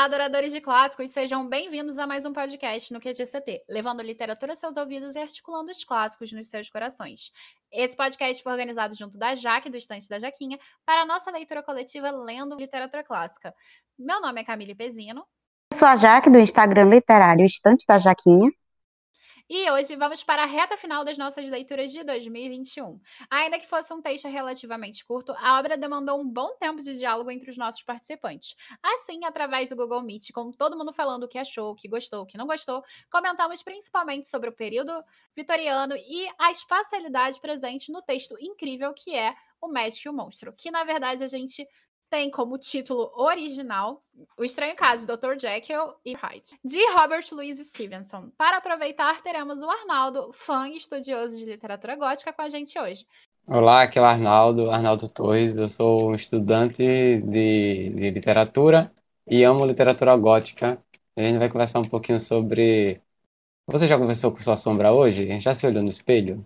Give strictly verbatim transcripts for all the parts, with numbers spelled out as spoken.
Olá, adoradores de clássicos, sejam bem-vindos a mais um podcast no Q G C T, levando literatura aos seus ouvidos e articulando os clássicos nos seus corações. Esse podcast foi organizado junto da Jaque, do Estante da Jaquinha, para a nossa leitura coletiva Lendo Literatura Clássica. Meu nome é Camille Pezino. Eu sou a Jaque, do Instagram literário Estante da Jaquinha. E hoje vamos para a reta final das nossas leituras de dois mil e vinte e um. Ainda que fosse um texto relativamente curto, a obra demandou um bom tempo de diálogo entre os nossos participantes. Assim, através do Google Meet, com todo mundo falando o que achou, o que gostou, o que não gostou, comentamos principalmente sobre o período vitoriano e a espacialidade presente no texto incrível que é O Médico e o Monstro, que na verdade a gente tem como título original O Estranho Caso de doutor Jekyll e Hyde, de Robert Louis Stevenson. Para aproveitar, teremos o Arnaldo, fã e estudioso de literatura gótica, com a gente hoje. Olá, aqui é o Arnaldo, Arnaldo Torres. Eu sou um estudante de, de literatura e amo literatura gótica. A gente vai conversar um pouquinho sobre... Você já conversou com sua sombra hoje? Já se olhou no espelho?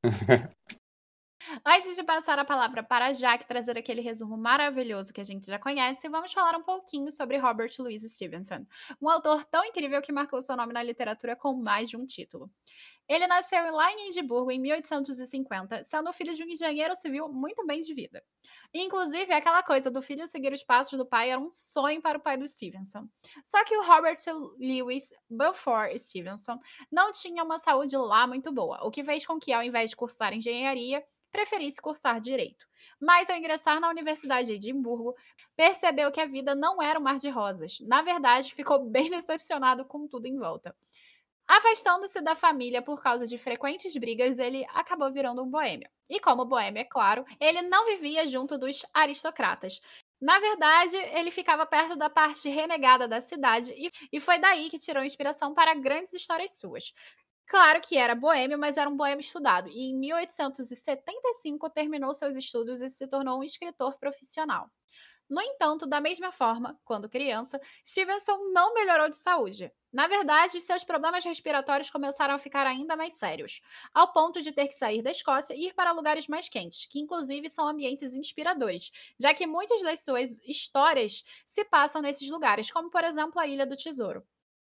Antes de passar a palavra para a Jaque trazer aquele resumo maravilhoso que a gente já conhece, vamos falar um pouquinho sobre Robert Louis Stevenson, um autor tão incrível que marcou seu nome na literatura com mais de um título. Ele nasceu lá em Edimburgo em mil oitocentos e cinquenta, sendo filho de um engenheiro civil muito bem de vida. Inclusive, aquela coisa do filho seguir os passos do pai era um sonho para o pai do Stevenson. Só que o Robert Louis Beaufort Stevenson não tinha uma saúde lá muito boa, o que fez com que, ao invés de cursar engenharia, preferisse cursar direito. Mas, ao ingressar na Universidade de Edimburgo, percebeu que a vida não era um mar de rosas. Na verdade, ficou bem decepcionado com tudo em volta. Afastando-se da família por causa de frequentes brigas, ele acabou virando um boêmio. E como boêmio, é claro, ele não vivia junto dos aristocratas. Na verdade, ele ficava perto da parte renegada da cidade e foi daí que tirou inspiração para grandes histórias suas. Claro que era boêmio, mas era um boêmio estudado, e em mil oitocentos e setenta e cinco terminou seus estudos e se tornou um escritor profissional. No entanto, da mesma forma, quando criança, Stevenson não melhorou de saúde. Na verdade, os seus problemas respiratórios começaram a ficar ainda mais sérios, ao ponto de ter que sair da Escócia e ir para lugares mais quentes, que inclusive são ambientes inspiradores, já que muitas das suas histórias se passam nesses lugares, como por exemplo a Ilha do Tesouro.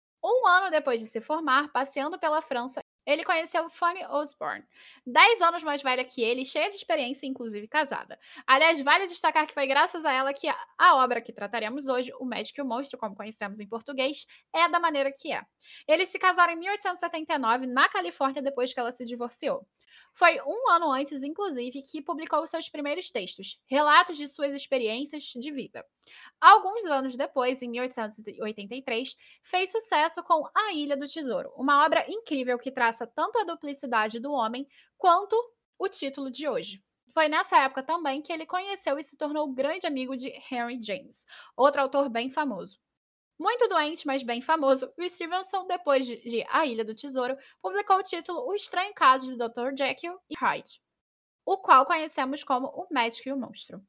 Um ano depois de se formar, passeando pela França, ele conheceu Fanny Osborne, dez anos mais velha que ele, cheia de experiência e inclusive casada. Aliás, vale destacar que foi graças a ela que a, a obra que trataremos hoje, O Médico e o Monstro, como conhecemos em português, é da maneira que é. Eles se casaram em mil oitocentos e setenta e nove, na Califórnia, depois que ela se divorciou. Foi um ano antes, inclusive, que publicou seus primeiros textos, relatos de suas experiências de vida. Alguns anos depois, em mil oitocentos e oitenta e três, fez sucesso com A Ilha do Tesouro, uma obra incrível que traça tanto a duplicidade do homem quanto o título de hoje. Foi nessa época também que ele conheceu e se tornou grande amigo de Henry James, outro autor bem famoso. Muito doente, mas bem famoso, o Stevenson, depois de, de A Ilha do Tesouro, publicou o título O Estranho Caso de doutor Jekyll e Hyde, o qual conhecemos como O Médico e o Monstro.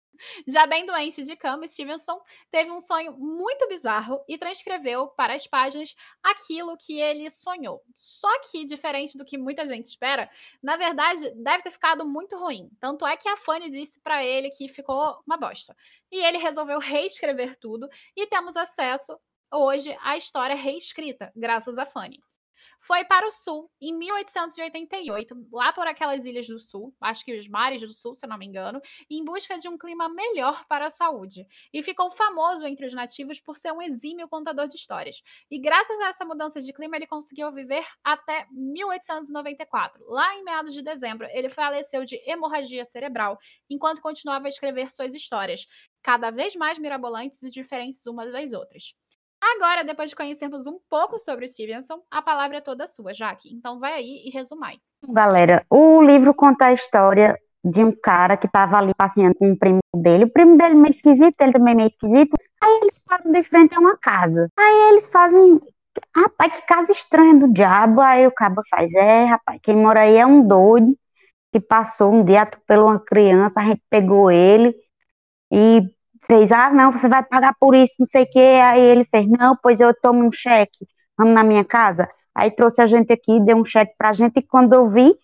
Já bem doente de cama, Stevenson teve um sonho muito bizarro e transcreveu para as páginas aquilo que ele sonhou. Só que, diferente do que muita gente espera, na verdade, deve ter ficado muito ruim. Tanto é que a Fanny disse para ele que ficou uma bosta. E ele resolveu reescrever tudo e temos acesso hoje à história reescrita, graças a Fanny. Foi para o sul, em mil oitocentos e oitenta e oito, lá por aquelas ilhas do sul, acho que os mares do sul, se não me engano, em busca de um clima melhor para a saúde. E ficou famoso entre os nativos por ser um exímio contador de histórias. E graças a essa mudança de clima, ele conseguiu viver até mil oitocentos e noventa e quatro. Lá em meados de dezembro, ele faleceu de hemorragia cerebral, enquanto continuava a escrever suas histórias, cada vez mais mirabolantes e diferentes umas das outras. Agora, depois de conhecermos um pouco sobre o Stevenson, a palavra é toda sua, Jaque. Então vai aí e resumai. Galera, o livro conta a história de um cara que estava ali passeando com o primo dele. O primo dele meio esquisito, ele também meio esquisito. Aí eles param de frente a uma casa. Aí eles fazem... Rapaz, que casa estranha do diabo. Aí o cabo faz, é, rapaz, quem mora aí é um doido que passou um dia, atropelou uma criança, a gente pegou ele e... fez, ah, não, você vai pagar por isso, não sei o que. Aí ele fez, não, pois eu tomo um cheque, vamos na minha casa. Aí trouxe a gente aqui, deu um cheque pra gente, e quando eu vi,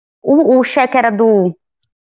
o, o cheque era do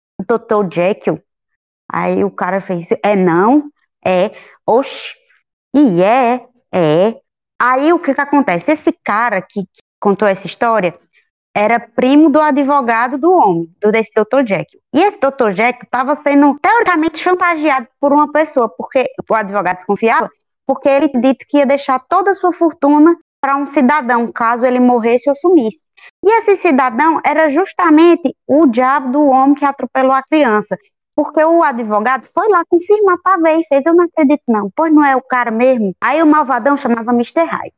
doutor Jekyll. Aí o cara fez, é não, é, oxe, E é, é. Aí o que que acontece? Esse cara que, que contou essa história era primo do advogado do homem, do desse doutor Jekyll. E esse doutor Jekyll estava sendo, teoricamente, chantageado por uma pessoa, porque o advogado desconfiava, porque ele tinha dito que ia deixar toda a sua fortuna para um cidadão, caso ele morresse ou sumisse. E esse cidadão era justamente o diabo do homem que atropelou a criança. Porque o advogado foi lá confirmar para ver e fez, eu não acredito não, pois não é o cara mesmo. Aí o malvadão chamava mister Hyde.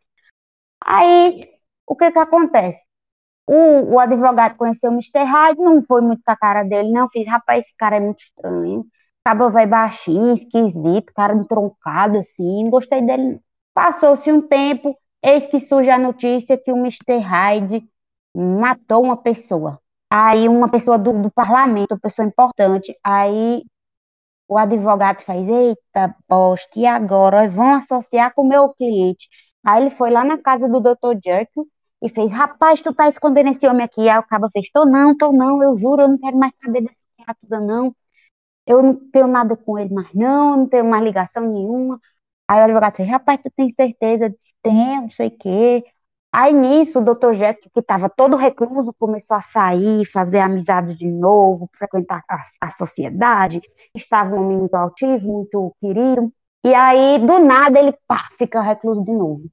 Aí, o que que acontece? O, o advogado conheceu o mister Hyde, não foi muito com a cara dele, não. Fiz, rapaz, esse cara é muito estranho. Acaba vai baixinho, esquisito, cara entroncado assim, não gostei dele. Passou-se um tempo, eis que surge a notícia que o mister Hyde matou uma pessoa. Aí, uma pessoa do, do parlamento, uma pessoa importante. Aí, o advogado faz, eita, bosta, e agora? Vão associar com o meu cliente. Aí, ele foi lá na casa do doutor Jekyll e fez, rapaz, tu tá escondendo esse homem aqui. Aí o cabo fez, tô não, tô não, eu juro, eu não quero mais saber dessa criatura, não. Eu não tenho nada com ele mais, não, eu não tenho mais ligação nenhuma. Aí o advogado fez, rapaz, tu tem certeza? Eu disse, tenho, não sei o quê. Aí nisso, o doutor Jekyll, que estava todo recluso, começou a sair, fazer amizades de novo, frequentar a, a sociedade. Estava um homem muito altivo, muito querido. E aí, do nada, ele pá, fica recluso de novo.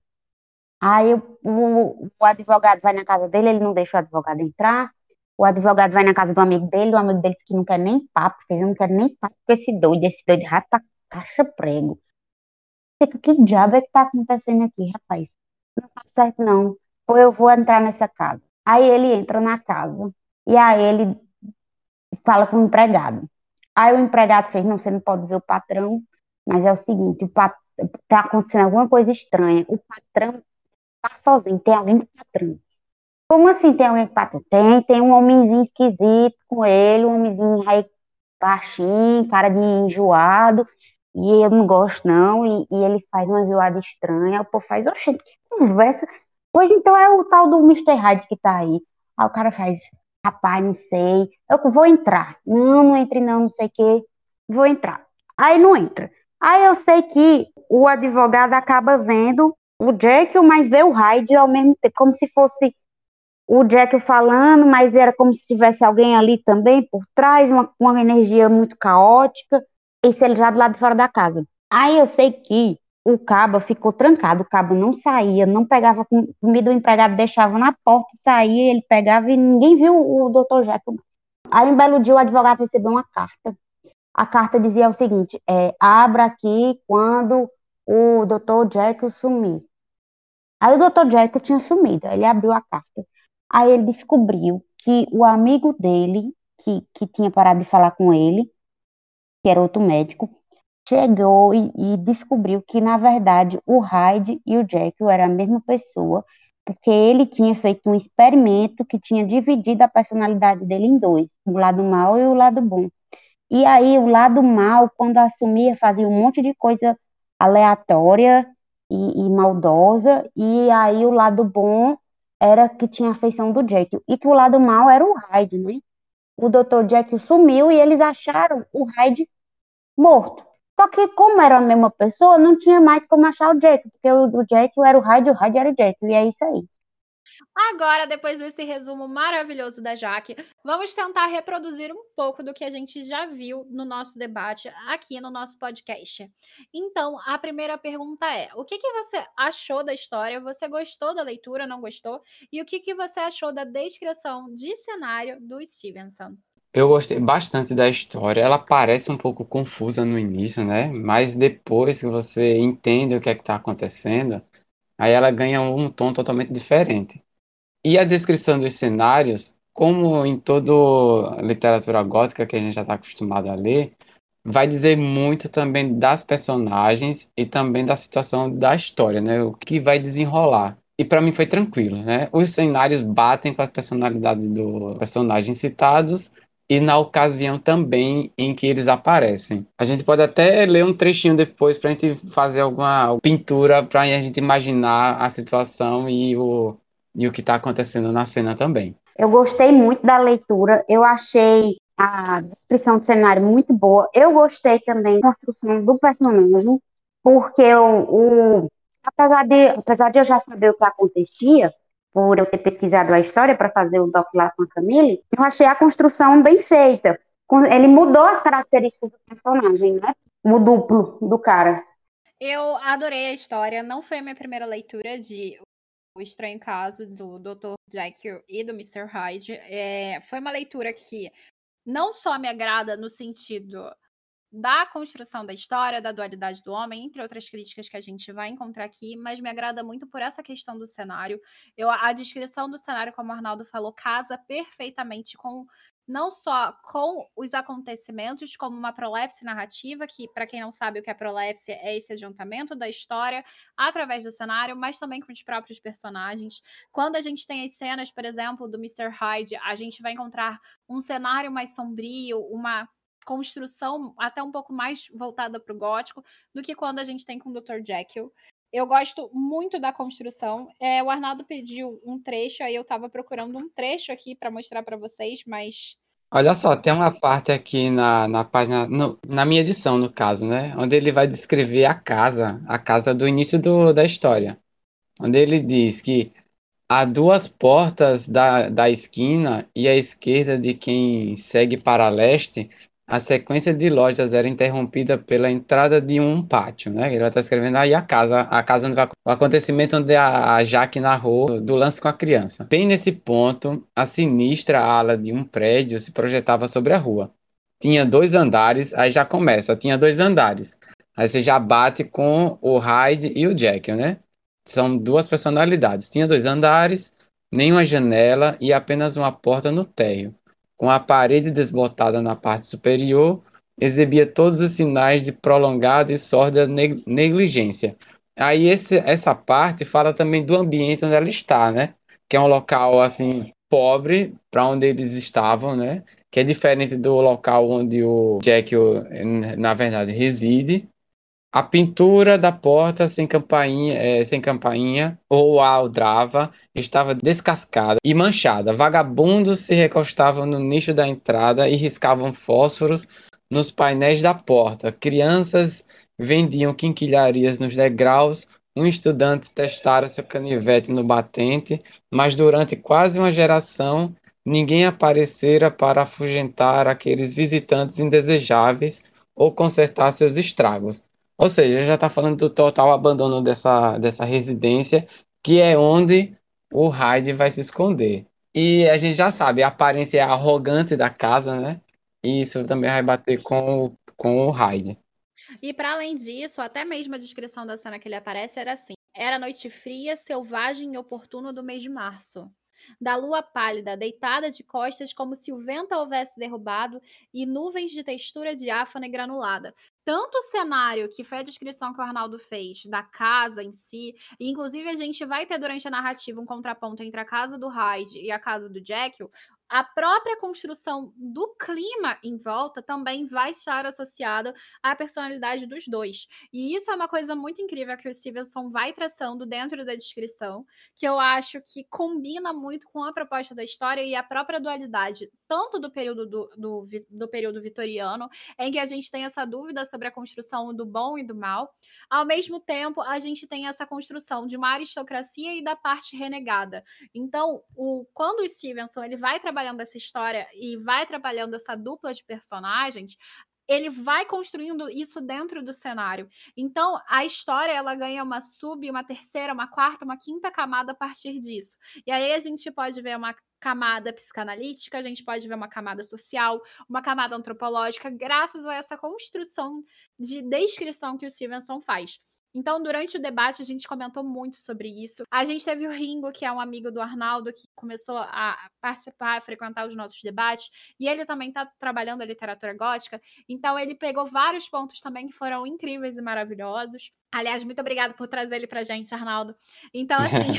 Aí o, o, o advogado vai na casa dele, ele não deixa o advogado entrar. O advogado vai na casa do amigo dele, o amigo dele diz que não quer nem papo, fez, eu não quero nem papo com esse doido, esse doido vai pra caixa prego. Fica, que diabo é que tá acontecendo aqui, rapaz? Não tá certo, não. Ou eu vou entrar nessa casa. Aí ele entra na casa, e aí ele fala com o empregado. Aí o empregado fez, não, você não pode ver o patrão, mas é o seguinte, o pat... tá acontecendo alguma coisa estranha. O patrão tá sozinho, tem alguém com o patrão. Como assim tem alguém com o patrão? Tem, tem um homenzinho esquisito com ele, um homenzinho aí baixinho, cara de enjoado, e eu não gosto não, e, e ele faz uma zoada estranha, o povo faz, oxente, que conversa. Pois então é o tal do mister Hyde que tá aí. Aí o cara faz, rapaz, não sei, eu vou entrar. Não, não entre não, não sei o quê, vou entrar. Aí não entra. Aí eu sei que o advogado acaba vendo o Jekyll, mas vê o Hyde ao mesmo tempo, como se fosse o Jekyll falando, mas era como se tivesse alguém ali também por trás, uma, uma energia muito caótica. Isso ele já do lado de fora da casa. Aí eu sei que o cabo ficou trancado, o cabo não saía, não pegava com- comida, o empregado deixava na porta, saía, ele pegava e ninguém viu o doutor Jekyll. Aí um belo dia o advogado recebeu uma carta. A carta dizia o seguinte, é, abra aqui quando o doutor Jekyll sumir. Aí o doutor Jekyll tinha sumido, aí ele abriu a carta. Aí ele descobriu que o amigo dele, que, que tinha parado de falar com ele, que era outro médico, chegou e, e descobriu que, na verdade, o Hyde e o Jekyll eram a mesma pessoa, porque ele tinha feito um experimento que tinha dividido a personalidade dele em dois, o lado mau e o lado bom. E aí, o lado mal, quando assumia, fazia um monte de coisa aleatória e, e maldosa, e aí o lado bom era que tinha a feição do Jekyll, e que o lado mal era o Hyde, né? O doutor Jekyll sumiu e eles acharam o Hyde morto. Só que, como era a mesma pessoa, não tinha mais como achar o Jekyll, porque o, o Jekyll era o Hyde, o Hyde era o Jekyll, e é isso aí. Agora, depois desse resumo maravilhoso da Jaque, vamos tentar reproduzir um pouco do que a gente já viu no nosso debate aqui no nosso podcast. Então, a primeira pergunta é: o que, que você achou da história? Você gostou da leitura, não gostou? E o que, que você achou da descrição de cenário do Stevenson? Eu gostei bastante da história. Ela parece um pouco confusa no início, né? Mas depois que você entende o que é que está acontecendo, aí ela ganha um tom totalmente diferente. E a descrição dos cenários, como em toda literatura gótica que a gente já está acostumado a ler, vai dizer muito também das personagens e também da situação da história, né? O que vai desenrolar. E para mim foi tranquilo, né? Os cenários batem com a personalidade dos personagens citados e na ocasião também em que eles aparecem. A gente pode até ler um trechinho depois para a gente fazer alguma pintura para a gente imaginar a situação e o, e o que está acontecendo na cena também. Eu gostei muito da leitura, eu achei a descrição do cenário muito boa. Eu gostei também da construção do personagem. porque o, o- apesar de, apesar de eu já saber o que acontecia, por eu ter pesquisado a história para fazer o doc lá com a Camille, eu achei a construção bem feita. Com- Ele mudou as características do personagem, né? O duplo do cara. Eu adorei a história. Não foi a minha primeira leitura de O Estranho Caso do doutor Jekyll e do mister Hyde. É, foi uma leitura que não só me agrada no sentido da construção da história, da dualidade do homem, entre outras críticas que a gente vai encontrar aqui, mas me agrada muito por essa questão do cenário. Eu, a descrição do cenário, como o Arnaldo falou, casa perfeitamente com não só com os acontecimentos, como uma prolepse narrativa, que, para quem não sabe o que é prolepse, é esse adiantamento da história através do cenário, mas também com os próprios personagens. Quando a gente tem as cenas, por exemplo, do mister Hyde, a gente vai encontrar um cenário mais sombrio, uma construção até um pouco mais voltada para o gótico do que quando a gente tem com o doutor Jekyll. Eu gosto muito da construção. É, o Arnaldo pediu um trecho, aí eu estava procurando um trecho aqui para mostrar para vocês, mas Olha só, tem uma parte aqui na, na página, no- na minha edição, no caso, né? Onde ele vai descrever a casa, a casa do início do, da história. Onde ele diz que há duas portas da, da esquina e à esquerda de quem segue para leste, a sequência de lojas era interrompida pela entrada de um pátio, né? Ele vai estar escrevendo aí a casa, a casa onde vai, o acontecimento onde a, a Jaque narrou do lance com a criança. Bem nesse ponto, a sinistra ala de um prédio se projetava sobre a rua. Tinha dois andares, aí já começa, tinha dois andares. Aí você já bate com o Hyde e o Jekyll, né? São duas personalidades. Tinha dois andares, nenhuma janela e apenas uma porta no térreo. Com a parede desbotada na parte superior, exibia todos os sinais de prolongada e sórdida neg- negligência. Aí esse, essa parte fala também do ambiente onde ela está, né? Que é um local assim pobre para onde eles estavam, né? Que é diferente do local onde o Jack, na verdade, reside. A pintura da porta sem campainha, eh, sem campainha ou aldrava estava descascada e manchada. Vagabundos se recostavam no nicho da entrada e riscavam fósforos nos painéis da porta. Crianças vendiam quinquilharias nos degraus. Um estudante testara seu canivete no batente, mas durante quase uma geração ninguém aparecera para afugentar aqueles visitantes indesejáveis ou consertar seus estragos. Ou seja, já está falando do total abandono dessa, dessa residência, que é onde o Hyde vai se esconder. E a gente já sabe, a aparência arrogante da casa, né? E isso também vai bater com, o- com o Hyde. e para além disso, até mesmo a descrição da cena que ele aparece era assim: era noite fria, selvagem e oportuna do mês de março. Da lua pálida, deitada de costas, como se o vento a houvesse derrubado, e nuvens de textura diáfana e granulada. Tanto o cenário, que foi a descrição que o Arnaldo fez, da casa em si, e inclusive a gente vai ter durante a narrativa um contraponto entre a casa do Hyde e a casa do Jekyll. A própria construção do clima em volta também vai estar associada à personalidade dos dois. E isso é uma coisa muito incrível que o Stevenson vai traçando dentro da descrição, que eu acho que combina muito com a proposta da história e a própria dualidade, tanto do período do, do, do período vitoriano, em que a gente tem essa dúvida sobre a construção do bom e do mal, ao mesmo tempo a gente tem essa construção de uma aristocracia e da parte renegada. Então, o, quando o Stevenson ele vai trabalhando essa história e vai trabalhando essa dupla de personagens, ele vai construindo isso dentro do cenário. Então, a história ela ganha uma sub, uma terceira, uma quarta, uma quinta camada a partir disso. E aí a gente pode ver uma camada psicanalítica, a gente pode ver uma camada social, uma camada antropológica, graças a essa construção de descrição que o Stevenson faz. Então, durante o debate, a gente comentou muito sobre isso. A gente teve o Ringo, que é um amigo do Arnaldo, que começou a participar, a frequentar os nossos debates, e ele também está trabalhando a literatura gótica. Então, ele pegou vários pontos também que foram incríveis e maravilhosos. Aliás, muito obrigada por trazer ele pra gente, Arnaldo. Então, assim,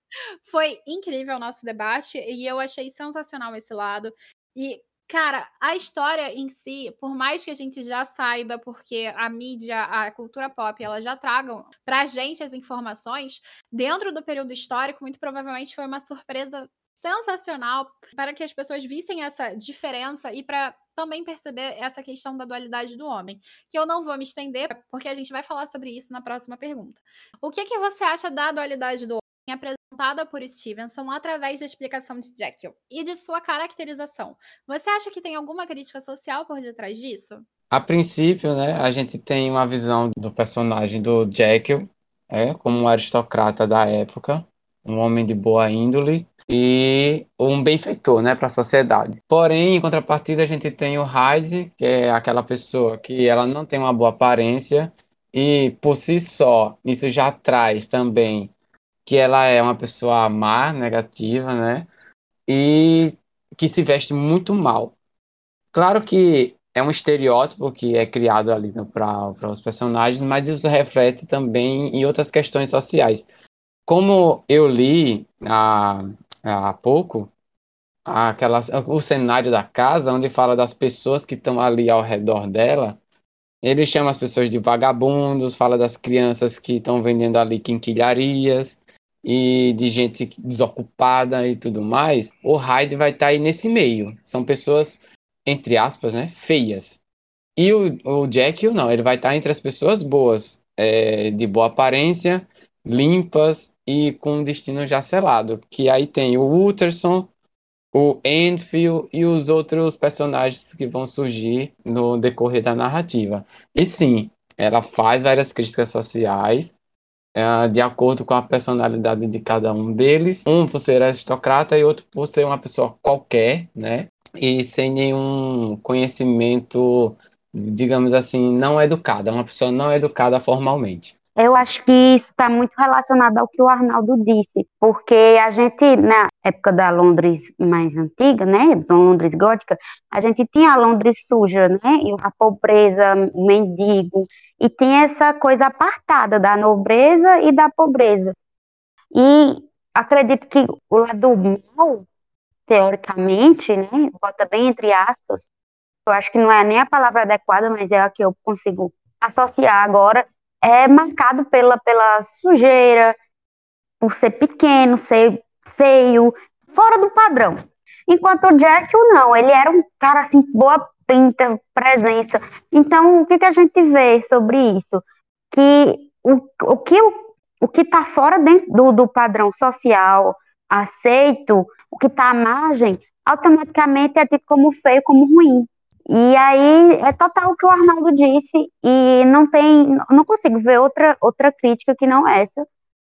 foi incrível o nosso debate e eu achei sensacional esse lado. E, cara, a história em si, por mais que a gente já saiba, porque a mídia, a cultura pop, elas já tragam pra gente as informações, dentro do período histórico, muito provavelmente foi uma surpresa sensacional para que as pessoas vissem essa diferença e para também perceber essa questão da dualidade do homem, que eu não vou me estender, porque a gente vai falar sobre isso na próxima pergunta. O que, que você acha da dualidade do homem apresentada por Stevenson através da explicação de Jekyll e de sua caracterização? Você acha que tem alguma crítica social por detrás disso? A princípio, né, a gente tem uma visão do personagem do Jekyll, é, como um aristocrata da época, um homem de boa índole e um benfeitor, né, para a sociedade. Porém, em contrapartida, a gente tem o Hyde, que é aquela pessoa que ela não tem uma boa aparência e, por si só, isso já traz também que ela é uma pessoa má, negativa, né, e que se veste muito mal. Claro que é um estereótipo que é criado ali para os personagens, mas isso reflete também em outras questões sociais. Como eu li há, há pouco, aquela, o cenário da casa, onde fala das pessoas que estão ali ao redor dela, ele chama as pessoas de vagabundos, fala das crianças que estão vendendo ali quinquilharias e de gente desocupada e tudo mais. O Hyde vai estar aí nesse meio. São pessoas, entre aspas, né, feias. E o, o Jekyll, não, ele vai estar entre as pessoas boas, é, de boa aparência, limpas e com um destino já selado. Que aí tem o Utterson, o Enfield e os outros personagens que vão surgir no decorrer da narrativa. E sim, ela faz várias críticas sociais, é, de acordo com a personalidade de cada um deles. Um por ser aristocrata e outro por ser uma pessoa qualquer, né? E sem nenhum conhecimento, digamos assim, não educada, uma pessoa não educada formalmente. Eu acho que isso está muito relacionado ao que o Arnaldo disse, porque a gente, na época da Londres mais antiga, né, da Londres gótica, a gente tinha a Londres suja, né, e a pobreza, o mendigo, e tinha essa coisa apartada da nobreza e da pobreza. E acredito que o lado mal, teoricamente, né, bota bem entre aspas, eu acho que não é nem a palavra adequada, mas é a que eu consigo associar agora, é marcado pela, pela sujeira, por ser pequeno, ser feio, fora do padrão. Enquanto o Jekyll não, ele era um cara assim, boa pinta, presença. Então, o que, que a gente vê sobre isso? Que o, o que o, o que está fora dentro do, do padrão social, aceito, o que está à margem, automaticamente é tido como feio, como ruim. E aí é total o que o Arnaldo disse, e não tem, não consigo ver outra, outra crítica que não essa,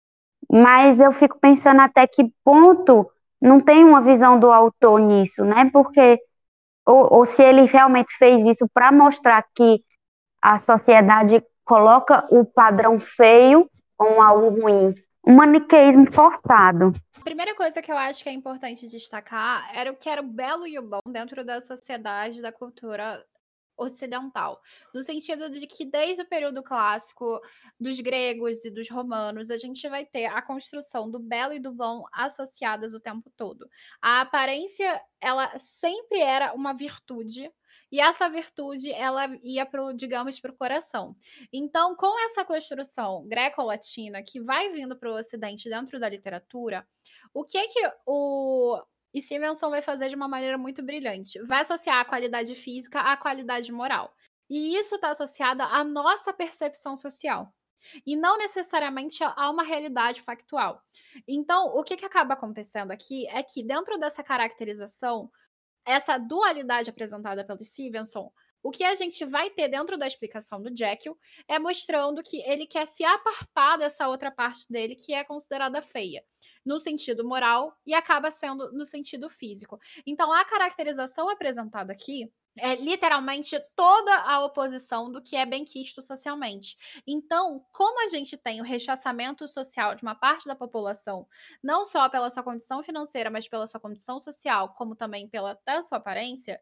mas eu fico pensando até que ponto não tem uma visão do autor nisso, né? Porque, ou, ou se ele realmente fez isso para mostrar que a sociedade coloca o padrão feio como algo ruim. Um maniqueísmo forçado. A primeira coisa que eu acho que é importante destacar era o que era o belo e o bom dentro da sociedade, da cultura ocidental, no sentido de que desde o período clássico dos gregos e dos romanos, a gente vai ter a construção do belo e do bom associadas o tempo todo. A aparência, ela sempre era uma virtude, e essa virtude, ela ia pro, digamos, para o coração. Então, com essa construção greco-latina que vai vindo para o Ocidente dentro da literatura, o que é que o Stevenson vai fazer de uma maneira muito brilhante? Vai associar a qualidade física à qualidade moral. E isso está associado à nossa percepção social. E não necessariamente a uma realidade factual. Então, o que, que acaba acontecendo aqui é que, dentro dessa caracterização, essa dualidade apresentada pelo Stevenson, o que a gente vai ter dentro da explicação do Jekyll é mostrando que ele quer se apartar dessa outra parte dele que é considerada feia, no sentido moral e acaba sendo no sentido físico. Então, a caracterização apresentada aqui é literalmente toda a oposição do que é benquisto socialmente. Então, como a gente tem o rechaçamento social de uma parte da população, não só pela sua condição financeira, mas pela sua condição social, como também pela até sua aparência,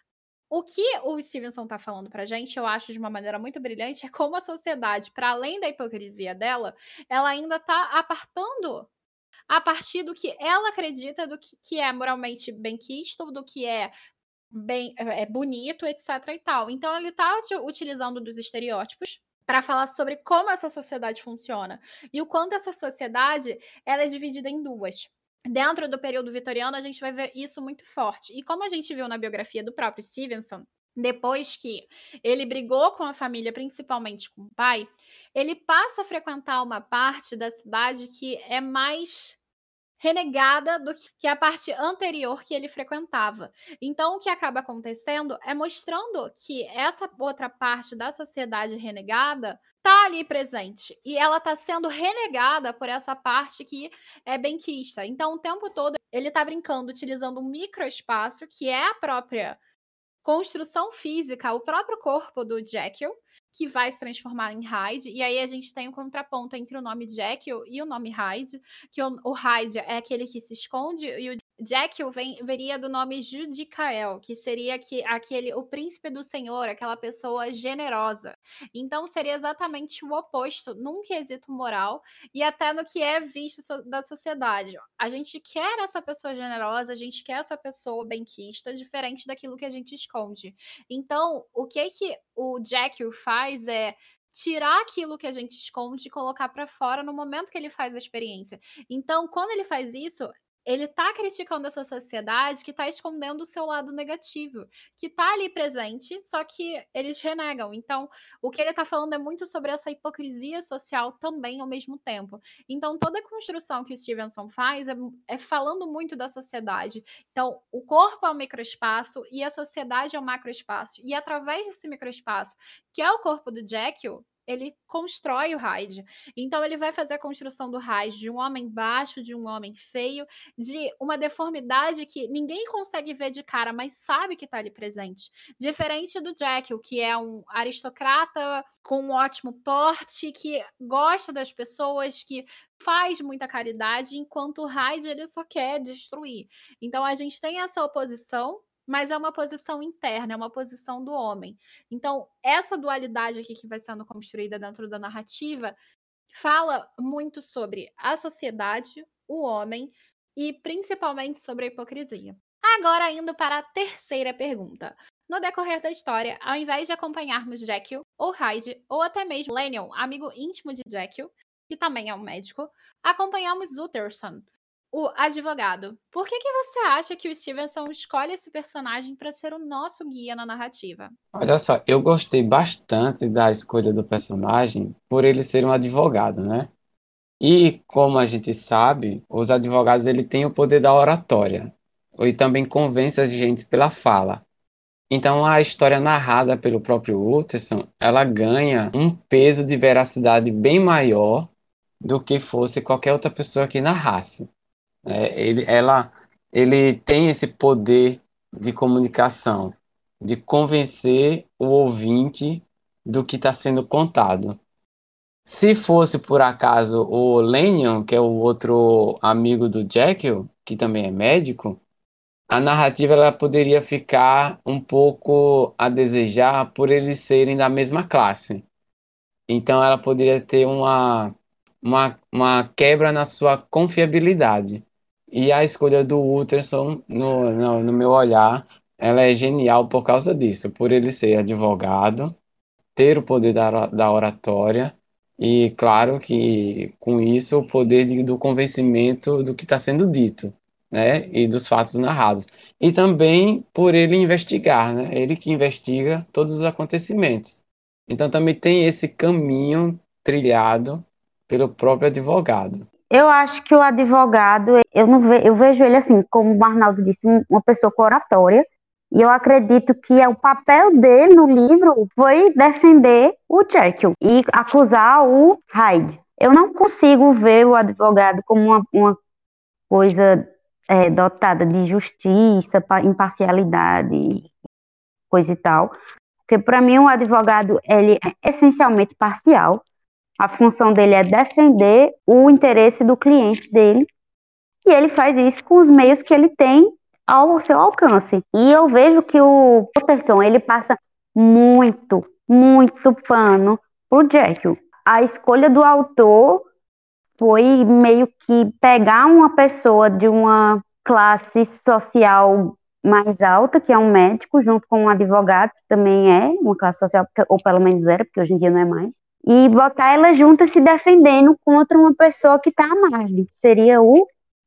o que o Stevenson está falando pra gente, eu acho de uma maneira muito brilhante, é como a sociedade, para além da hipocrisia dela, ela ainda está apartando a partir do que ela acredita, do que, que é moralmente benquisto, do que é bem é bonito, etc e tal. Então ele está utilizando dos estereótipos para falar sobre como essa sociedade funciona e o quanto essa sociedade ela é dividida em duas. dentro do período vitoriano, a gente vai ver isso muito forte. E como a gente viu na biografia do próprio Stevenson, depois que ele brigou com a família, principalmente com o pai, ele passa a frequentar uma parte da cidade que é mais renegada do que a parte anterior que ele frequentava. Então, o que acaba acontecendo é mostrando que essa outra parte da sociedade renegada tá ali presente. E ela tá sendo renegada por essa parte que é benquista. Então, o tempo todo, ele tá brincando, utilizando um microespaço, que é a própria construção física, o próprio corpo do Jekyll, que vai se transformar em Hyde, e aí a gente tem um contraponto entre o nome Jekyll e o nome Hyde, que o, o Hyde é aquele que se esconde, e o Jekyll vem, viria do nome Judicael, que seria que, aquele, o príncipe do senhor, aquela pessoa generosa. Então seria exatamente o oposto num quesito moral e até no que é visto so, da sociedade. A gente quer essa pessoa generosa, a gente quer essa pessoa benquista, diferente daquilo que a gente esconde. Então, o que que o Jekyll faz é tirar aquilo que a gente esconde e colocar para fora no momento que ele faz a experiência. Então, quando ele faz isso, ele tá criticando essa sociedade que tá escondendo o seu lado negativo, que tá ali presente, só que eles renegam. Então, o que ele tá falando é muito sobre essa hipocrisia social também ao mesmo tempo. Então, toda a construção que o Stevenson faz é, é falando muito da sociedade. Então, o corpo é um microespaço e a sociedade é um macroespaço. E através desse microespaço, que é o corpo do Jekyll, ele constrói o Hyde. Então, ele vai fazer a construção do Hyde de um homem baixo, de um homem feio, de uma deformidade que ninguém consegue ver de cara, mas sabe que está ali presente. Diferente do Jekyll, que é um aristocrata com um ótimo porte, que gosta das pessoas, que faz muita caridade, enquanto o Hyde ele só quer destruir. Então, a gente tem essa oposição, mas é uma posição interna, é uma posição do homem. Então, essa dualidade aqui que vai sendo construída dentro da narrativa fala muito sobre a sociedade, o homem e principalmente sobre a hipocrisia. Agora, indo para a terceira pergunta. No decorrer da história, ao invés de acompanharmos Jekyll ou Hyde, ou até mesmo Lennon, amigo íntimo de Jekyll, que também é um médico, acompanhamos Utterson, o advogado. Por que que você acha que o Stevenson escolhe esse personagem para ser o nosso guia na narrativa? Olha só, eu gostei bastante da escolha do personagem por ele ser um advogado, né? E como a gente sabe, os advogados ele têm o poder da oratória e também convence a gente pela fala. Então a história narrada pelo próprio Utterson, ela ganha um peso de veracidade bem maior do que fosse qualquer outra pessoa que narrasse. É, ele, ela, ele tem esse poder de comunicação, de convencer o ouvinte do que está sendo contado. Se fosse, por acaso, o Lennon, que é o outro amigo do Jekyll, que também é médico, a narrativa ela poderia ficar um pouco a desejar por eles serem da mesma classe. Então ela poderia ter uma, uma, uma quebra na sua confiabilidade. E a escolha do Utterson, no, no, no meu olhar, ela é genial por causa disso, por ele ser advogado, ter o poder da, da oratória e, claro, que com isso o poder de, do convencimento do que está sendo dito, né, e dos fatos narrados. E também por ele investigar, né, ele que investiga todos os acontecimentos. Então também tem esse caminho trilhado pelo próprio advogado. Eu acho que o advogado, eu, não ve, eu vejo ele assim, como o Arnaldo disse, uma pessoa com oratória, e eu acredito que é o papel dele no livro foi defender o Jekyll e acusar o Hyde. Eu não consigo ver o advogado como uma, uma coisa é, dotada de justiça, imparcialidade, coisa e tal, porque para mim o advogado ele é essencialmente parcial. A função dele é defender o interesse do cliente dele e ele faz isso com os meios que ele tem ao seu alcance. E eu vejo que o Utterson, ele passa muito, muito pano pro Jekyll. A escolha do autor foi meio que pegar uma pessoa de uma classe social mais alta, que é um médico, junto com um advogado, que também é uma classe social, ou pelo menos era, porque hoje em dia não é mais, e botar ela juntas se defendendo contra uma pessoa que está à margem, que seria o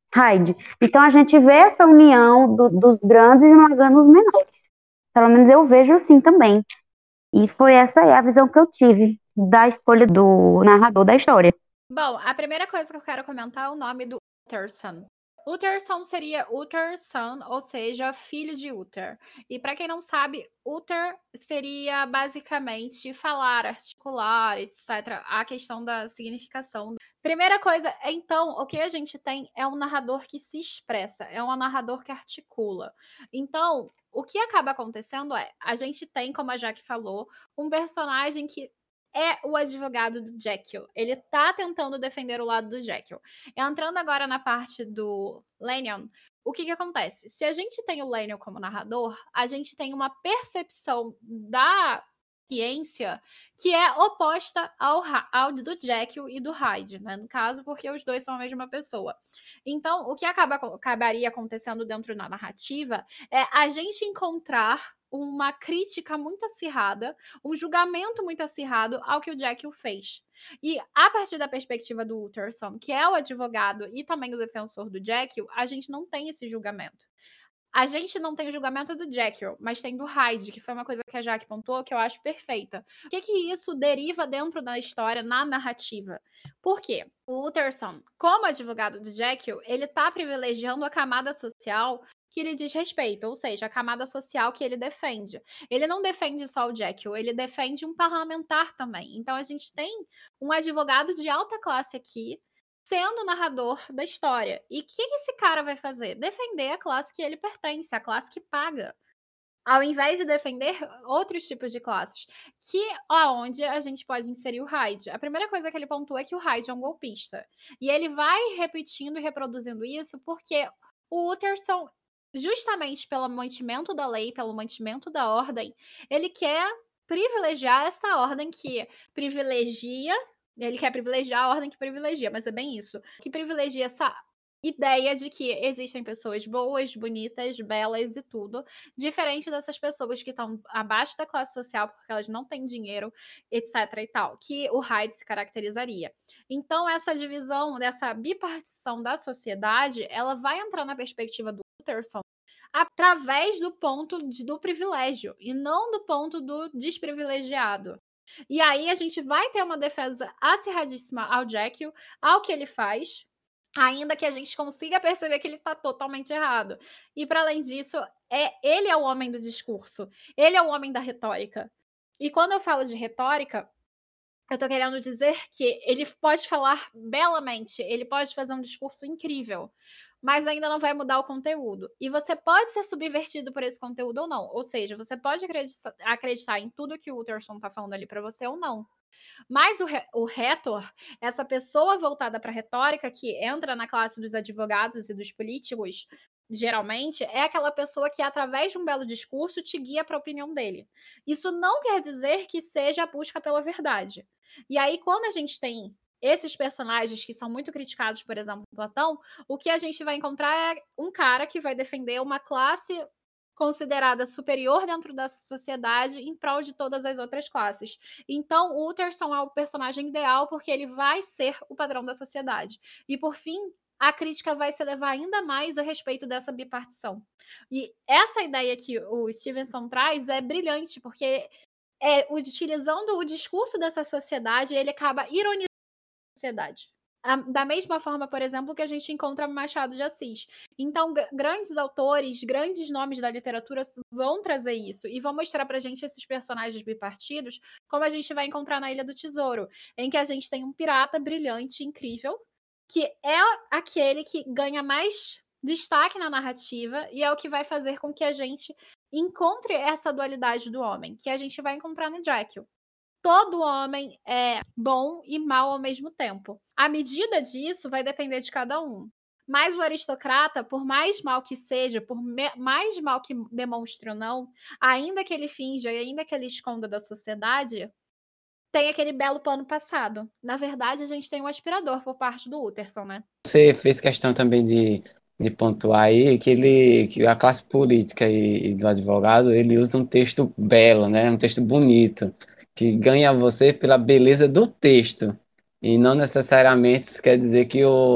Hyde. Então a gente vê essa união do- dos grandes esmagando os menores. Pelo menos eu vejo assim também. E foi essa aí a visão que eu tive da escolha do narrador da história. Bom, a primeira coisa que eu quero comentar é o nome do Utherson. Utherson seria Utherson, ou seja, filho de Uther. E para quem não sabe, Uther seria basicamente falar, articular, etcétera. A questão da significação. Primeira coisa, então, o que a gente tem é um narrador que se expressa, é um narrador que articula. Então, o que acaba acontecendo é, a gente tem, como a Jaque falou, um personagem que é o advogado do Jekyll. Ele tá tentando defender o lado do Jekyll. Entrando agora na parte do Lanyon, o que que acontece? Se a gente tem o Lanyon como narrador, a gente tem uma percepção da ciência que é oposta ao, ao do Jekyll e do Hyde, né? No caso, porque os dois são a mesma pessoa. Então, o que acaba, acabaria acontecendo dentro da narrativa é a gente encontrar uma crítica muito acirrada, um julgamento muito acirrado ao que o Jekyll fez. E a partir da perspectiva do Utherson, que é o advogado e também o defensor do Jekyll, a gente não tem esse julgamento. A gente não tem o julgamento do Jekyll, mas tem do Hyde, que foi uma coisa que a Jaque pontuou que eu acho perfeita. O que que isso deriva dentro da história, na narrativa? Por quê? O Utherson, como advogado do Jekyll, ele tá privilegiando a camada social que lhe diz respeito, ou seja, a camada social que ele defende. Ele não defende só o Jekyll, ele defende um parlamentar também. Então a gente tem um advogado de alta classe aqui, sendo o narrador da história. E o que, que esse cara vai fazer? Defender a classe que ele pertence, a classe que paga. Ao invés de defender outros tipos de classes. Que aonde a gente pode inserir o Hyde. A primeira coisa que ele pontua é que o Hyde é um golpista. E ele vai repetindo e reproduzindo isso porque o Utherson, justamente pelo mantimento da lei, pelo mantimento da ordem, ele quer privilegiar essa ordem que privilegia. Ele quer privilegiar a ordem que privilegia, mas é bem isso. Que privilegia essa ideia de que existem pessoas boas, bonitas, belas e tudo, diferente dessas pessoas que estão abaixo da classe social porque elas não têm dinheiro, etc e tal, que o Hyde se caracterizaria. Então, essa divisão, dessa bipartição da sociedade, ela vai entrar na perspectiva do Utherson através do ponto de, do privilégio e não do ponto do desprivilegiado. E aí a gente vai ter uma defesa acirradíssima ao Jekyll, ao que ele faz, ainda que a gente consiga perceber que ele está totalmente errado. E para além disso, é, ele é o homem do discurso, ele é o homem da retórica. E quando eu falo de retórica, eu tô querendo dizer que ele pode falar belamente, ele pode fazer um discurso incrível, mas ainda não vai mudar o conteúdo. E você pode ser subvertido por esse conteúdo ou não. Ou seja, você pode acreditar, acreditar em tudo que o Utherson tá falando ali para você ou não. Mas o, o retor, essa pessoa voltada para retórica, que entra na classe dos advogados e dos políticos, geralmente, é aquela pessoa que, através de um belo discurso, te guia para a opinião dele. Isso não quer dizer que seja a busca pela verdade. E aí, quando a gente tem esses personagens que são muito criticados, por exemplo, Platão, o que a gente vai encontrar é um cara que vai defender uma classe considerada superior dentro da sociedade em prol de todas as outras classes. Então, o Utherson é o personagem ideal porque ele vai ser o padrão da sociedade. E, por fim, a crítica vai se levar ainda mais a respeito dessa bipartição. E essa ideia que o Stevenson traz é brilhante, porque é, utilizando o discurso dessa sociedade, ele acaba ironizando a sociedade. Da mesma forma, por exemplo, que a gente encontra Machado de Assis. Então, grandes autores, grandes nomes da literatura vão trazer isso e vão mostrar pra gente esses personagens bipartidos, como a gente vai encontrar na Ilha do Tesouro, em que a gente tem um pirata brilhante, incrível, que é aquele que ganha mais destaque na narrativa e é o que vai fazer com que a gente encontre essa dualidade do homem, que a gente vai encontrar no Jekyll. Todo homem é bom e mal ao mesmo tempo. A medida disso vai depender de cada um. Mas o aristocrata, por mais mal que seja, por mais mal que demonstre ou não, ainda que ele finja e ainda que ele esconda da sociedade, tem aquele belo pano passado. Na verdade, a gente tem um aspirador por parte do Utherson, né? Você fez questão também de, de pontuar aí que, ele, que a classe política e, e do advogado, ele usa um texto belo, né? Um texto bonito, que ganha você pela beleza do texto. E não necessariamente isso quer dizer que o,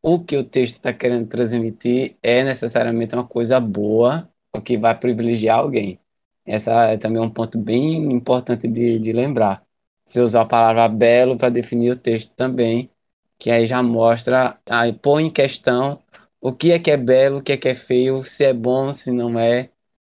o que o texto está querendo transmitir é necessariamente uma coisa boa, o que vai privilegiar alguém. Essa é também um ponto bem importante de, de lembrar. Você usar a palavra belo para definir o texto também, que aí já mostra, aí põe em questão o que é que é belo, o que é que é feio, se é bom, se não é.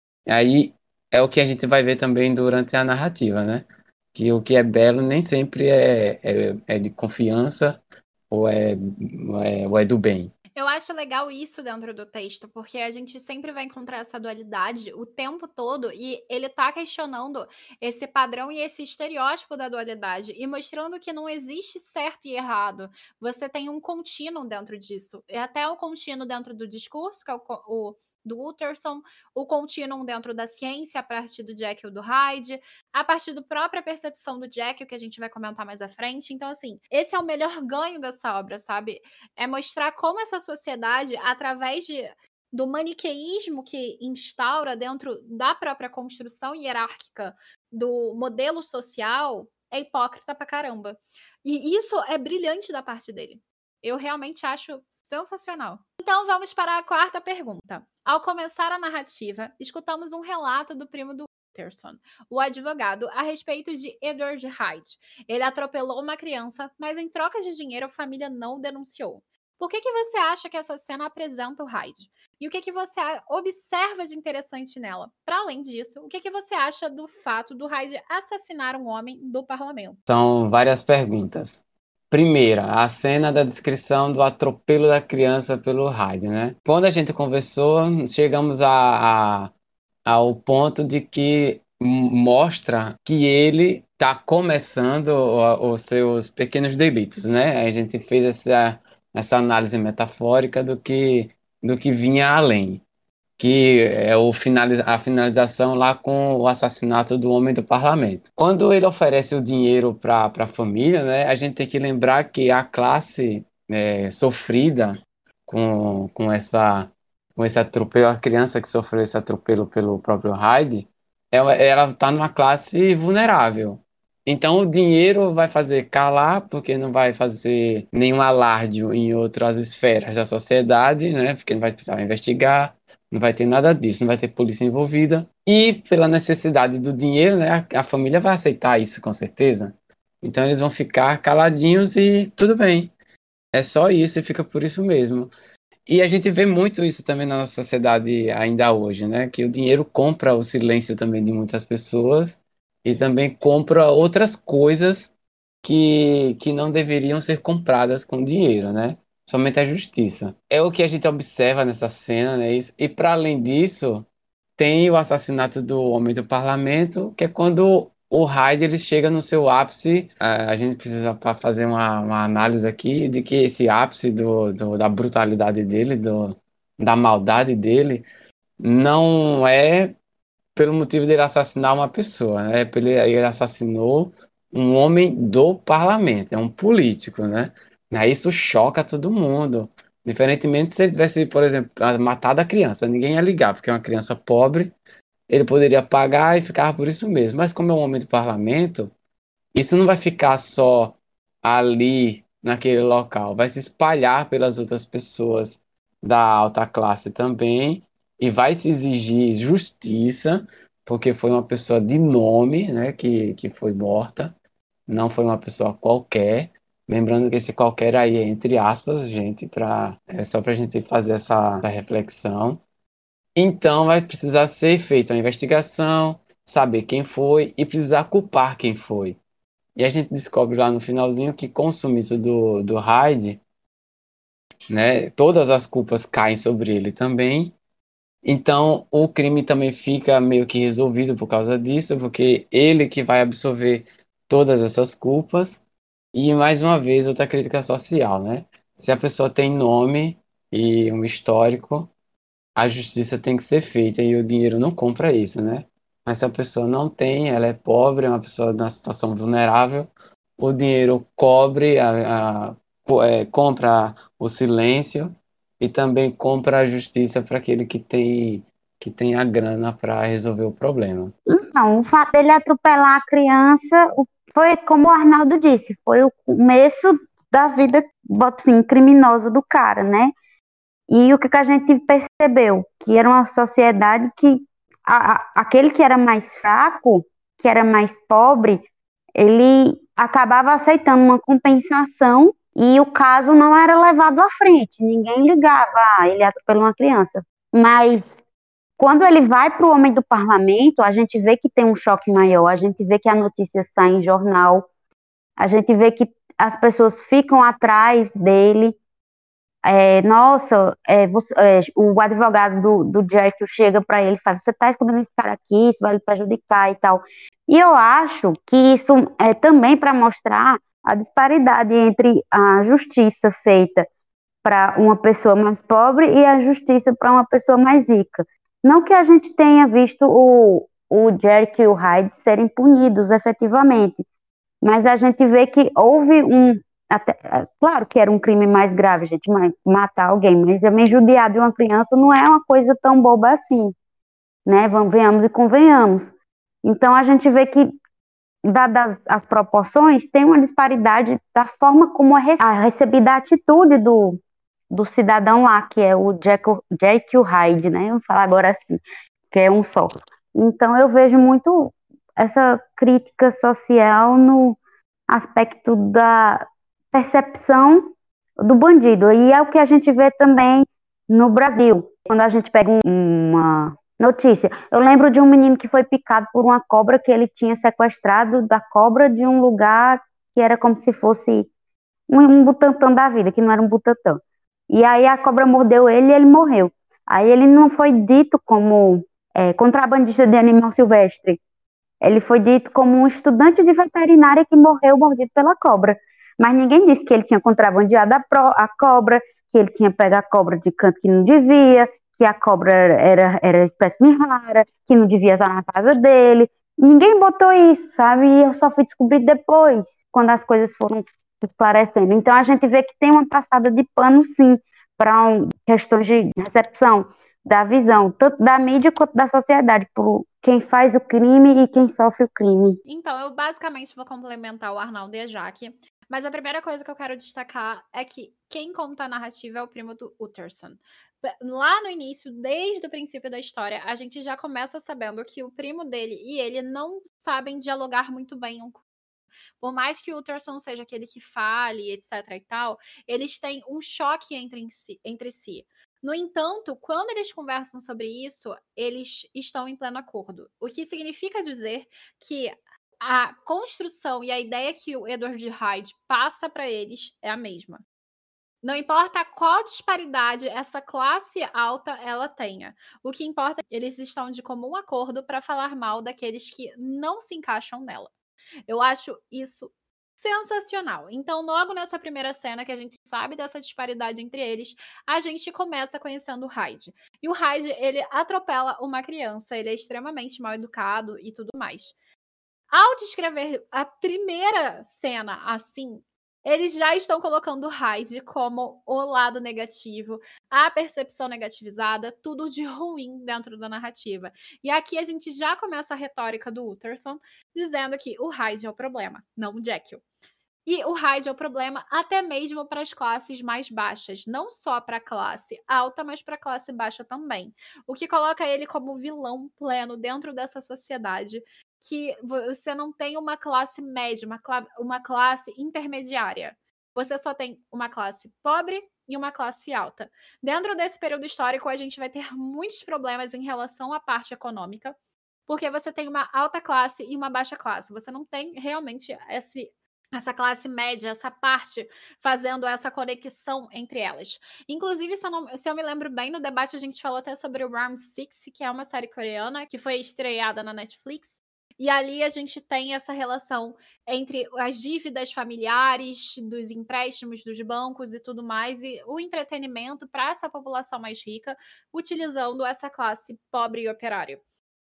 Aí é o que a gente vai ver também durante a narrativa, né? Que o que é belo nem sempre é, é, é de confiança ou é, ou é, ou é do bem. Eu acho legal isso dentro do texto, porque a gente sempre vai encontrar essa dualidade o tempo todo e ele tá questionando esse padrão e esse estereótipo da dualidade e mostrando que não existe certo e errado. Você tem um contínuo dentro disso. É até o contínuo dentro do discurso, que é o, co- o do Utterson, o contínuo dentro da ciência, a partir do Jekyll e do Hyde, a partir da própria percepção do Jekyll, que a gente vai comentar mais à frente. Então, assim, esse é o melhor ganho dessa obra, sabe? É mostrar como essa sociedade, através de, do maniqueísmo que instaura dentro da própria construção hierárquica do modelo social, é hipócrita pra caramba. E isso é brilhante da parte dele. Eu realmente acho sensacional. Então vamos para a quarta pergunta. Ao começar a narrativa, escutamos um relato do primo do Utterson, o advogado, a respeito de Edward Hyde. Ele atropelou uma criança, mas em troca de dinheiro a família não o denunciou. Por que, que você acha que essa cena apresenta o Hyde? E o que, que você observa de interessante nela? Para além disso, o que, que você acha do fato do Hyde assassinar um homem do parlamento? São várias perguntas. Primeira, a cena da descrição do atropelo da criança pelo rádio, né? Quando a gente conversou, chegamos a, a- ao ponto de que m- mostra que ele está começando o- os seus pequenos delitos, né? A gente fez essa, essa análise metafórica do que, do que vinha além, que é o finaliza a finalização lá com o assassinato do homem do parlamento. Quando ele oferece o dinheiro para a família, né, a gente tem que lembrar que a classe é, sofrida com, com essa com esse atropelo, a criança que sofreu esse atropelo pelo próprio Hyde, ela ela está numa classe vulnerável. Então o dinheiro vai fazer calar, porque não vai fazer nenhum alarde em outras esferas da sociedade, né? Porque não vai precisar investigar, não vai ter nada disso, não vai ter polícia envolvida. E pela necessidade do dinheiro, né, a, a família vai aceitar isso com certeza. Então eles vão ficar caladinhos e tudo bem. É só isso e fica por isso mesmo. E a gente vê muito isso também na nossa sociedade ainda hoje, né? Que o dinheiro compra o silêncio também de muitas pessoas e também compra outras coisas que, que não deveriam ser compradas com dinheiro, né? Somente a justiça. É o que a gente observa nessa cena, né? Isso. E para além disso, tem o assassinato do homem do parlamento, que é quando o Hyde ele chega no seu ápice. A, a gente precisa pa- fazer uma, uma análise aqui de que esse ápice do, do- da brutalidade dele, do, da maldade dele, não é pelo motivo dele assassinar uma pessoa, né? É pelo- Ele assassinou um homem do parlamento, é um político, né? Aí isso choca todo mundo. Diferentemente se ele tivesse, por exemplo, matado a criança, ninguém ia ligar, porque é uma criança pobre, ele poderia pagar e ficava por isso mesmo. Mas como é um homem do parlamento, isso não vai ficar só ali naquele local, vai se espalhar pelas outras pessoas da alta classe também e vai se exigir justiça, porque foi uma pessoa de nome, né, que, que foi morta, não foi uma pessoa qualquer. Lembrando que esse qualquer aí é entre aspas, gente, pra, é só para a gente fazer essa, essa reflexão. Então vai precisar ser feita uma investigação, saber quem foi e precisar culpar quem foi. E a gente descobre lá no finalzinho que com o sumiço do, do Hyde, né, todas as culpas caem sobre ele também. Então o crime também fica meio que resolvido por causa disso, porque ele que vai absorver todas essas culpas. E mais uma vez, outra crítica social, né? Se a pessoa tem nome e um histórico, a justiça tem que ser feita e o dinheiro não compra isso, né? Mas se a pessoa não tem, ela é pobre, é uma pessoa na situação vulnerável, o dinheiro cobre, a, a- co- é, compra o silêncio e também compra a justiça para aquele que tem, que tem a grana para resolver o problema. Então, o fato dele atropelar a criança o- foi como o Arnaldo disse, foi o começo da vida, bota assim, criminosa do cara, né? E o que, que a gente percebeu? Que era uma sociedade que a, a, aquele que era mais fraco, que era mais pobre, ele acabava aceitando uma compensação e o caso não era levado à frente. Ninguém ligava, ah, ele atropelou uma criança. Mas quando ele vai para o homem do parlamento, a gente vê que tem um choque maior, a gente vê que a notícia sai em jornal, a gente vê que as pessoas ficam atrás dele. É, nossa, é, você, é, o advogado do, do Jack chega para ele e fala, você está escondendo esse cara aqui, isso vai lhe prejudicar e tal. E eu acho que isso é também para mostrar a disparidade entre a justiça feita para uma pessoa mais pobre e a justiça para uma pessoa mais rica. Não que a gente tenha visto o, o Jack e o Hyde serem punidos efetivamente, mas a gente vê que houve um... Até, claro que era um crime mais grave, gente, matar alguém, mas também judiar de uma criança não é uma coisa tão boba assim, né? Vamos, venhamos e convenhamos. Então a gente vê que, dadas as proporções, tem uma disparidade da forma como é recebida a atitude do, do cidadão lá, que é o Jack, Jack e o Hyde, né? Vamos falar agora assim, que é um só. Então eu vejo muito essa crítica social no aspecto da percepção do bandido. E é o que a gente vê também no Brasil. Quando a gente pega um, uma notícia. Eu lembro de um menino que foi picado por uma cobra que ele tinha sequestrado da cobra de um lugar que era como se fosse um, um butantã da vida, que não era um butantã. E aí a cobra mordeu ele e ele morreu. Aí ele não foi dito como é, contrabandista de animal silvestre. Ele foi dito como um estudante de veterinária que morreu mordido pela cobra. Mas ninguém disse que ele tinha contrabandeado a, pro, a cobra, que ele tinha pego a cobra de canto que não devia, que a cobra era, era espécime rara, que não devia estar na casa dele. Ninguém botou isso, sabe? E eu só fui descobrir depois, quando as coisas foram esclarecendo. Então a gente vê que tem uma passada de pano, sim, para um, questões de recepção da visão, tanto da mídia quanto da sociedade, por quem faz o crime e quem sofre o crime. Então, eu basicamente vou complementar o Arnaldo e a Jaque, mas a primeira coisa que eu quero destacar é que quem conta a narrativa é o primo do Utterson. Lá no início, desde o princípio da história, a gente já começa sabendo que o primo dele e ele não sabem dialogar muito bem um com o outro. Por mais que o Utterson seja aquele que fale, etc e tal, eles têm um choque entre si. Entre si. No entanto, quando eles conversam sobre isso, eles estão em pleno acordo. O que significa dizer que a construção e a ideia que o Edward Hyde passa para eles é a mesma. Não importa qual disparidade essa classe alta ela tenha. O que importa é que eles estão de comum acordo para falar mal daqueles que não se encaixam nela. Eu acho isso sensacional. Então, logo nessa primeira cena que a gente sabe dessa disparidade entre eles, a gente começa conhecendo o Hyde. E o Hyde, ele atropela uma criança, ele é extremamente mal educado e tudo mais. Ao descrever a primeira cena assim, eles já estão colocando o Hyde como o lado negativo, a percepção negativizada, tudo de ruim dentro da narrativa. E aqui a gente já começa a retórica do Utterson, dizendo que o Hyde é o problema, não o Jekyll. E o Hyde é o problema até mesmo para as classes mais baixas, não só para a classe alta, mas para a classe baixa também. O que coloca ele como vilão pleno dentro dessa sociedade, que você não tem uma classe média, uma, cla- uma classe intermediária. Você só tem uma classe pobre e uma classe alta. Dentro desse período histórico, a gente vai ter muitos problemas em relação à parte econômica, porque você tem uma alta classe e uma baixa classe. Você não tem realmente esse, essa classe média, essa parte fazendo essa conexão entre elas. Inclusive, se eu, não, se eu me lembro bem, no debate a gente falou até sobre o Round Six, que é uma série coreana que foi estreada na Netflix. E ali a gente tem essa relação entre as dívidas familiares, dos empréstimos dos bancos e tudo mais, e o entretenimento para essa população mais rica, utilizando essa classe pobre e operária.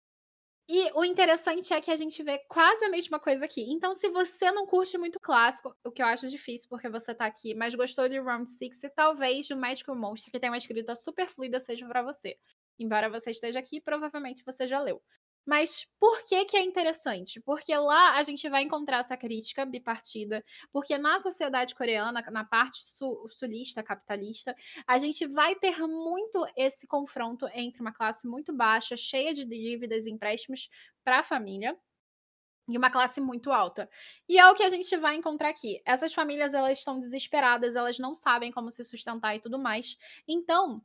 E o interessante é que a gente vê quase a mesma coisa aqui. Então, se você não curte muito clássico, o que eu acho difícil porque você tá aqui, mas gostou de Round Six, talvez o Magical Monster, que tem uma escrita super fluida, seja para você. Embora você esteja aqui, provavelmente você já leu. Mas por que que é interessante? Porque lá a gente vai encontrar essa crítica bipartida, porque na sociedade coreana, na parte su sulista, capitalista, a gente vai ter muito esse confronto entre uma classe muito baixa, cheia de dívidas e empréstimos para a família, e uma classe muito alta. E é o que a gente vai encontrar aqui. Essas famílias, elas estão desesperadas, elas não sabem como se sustentar e tudo mais. Então,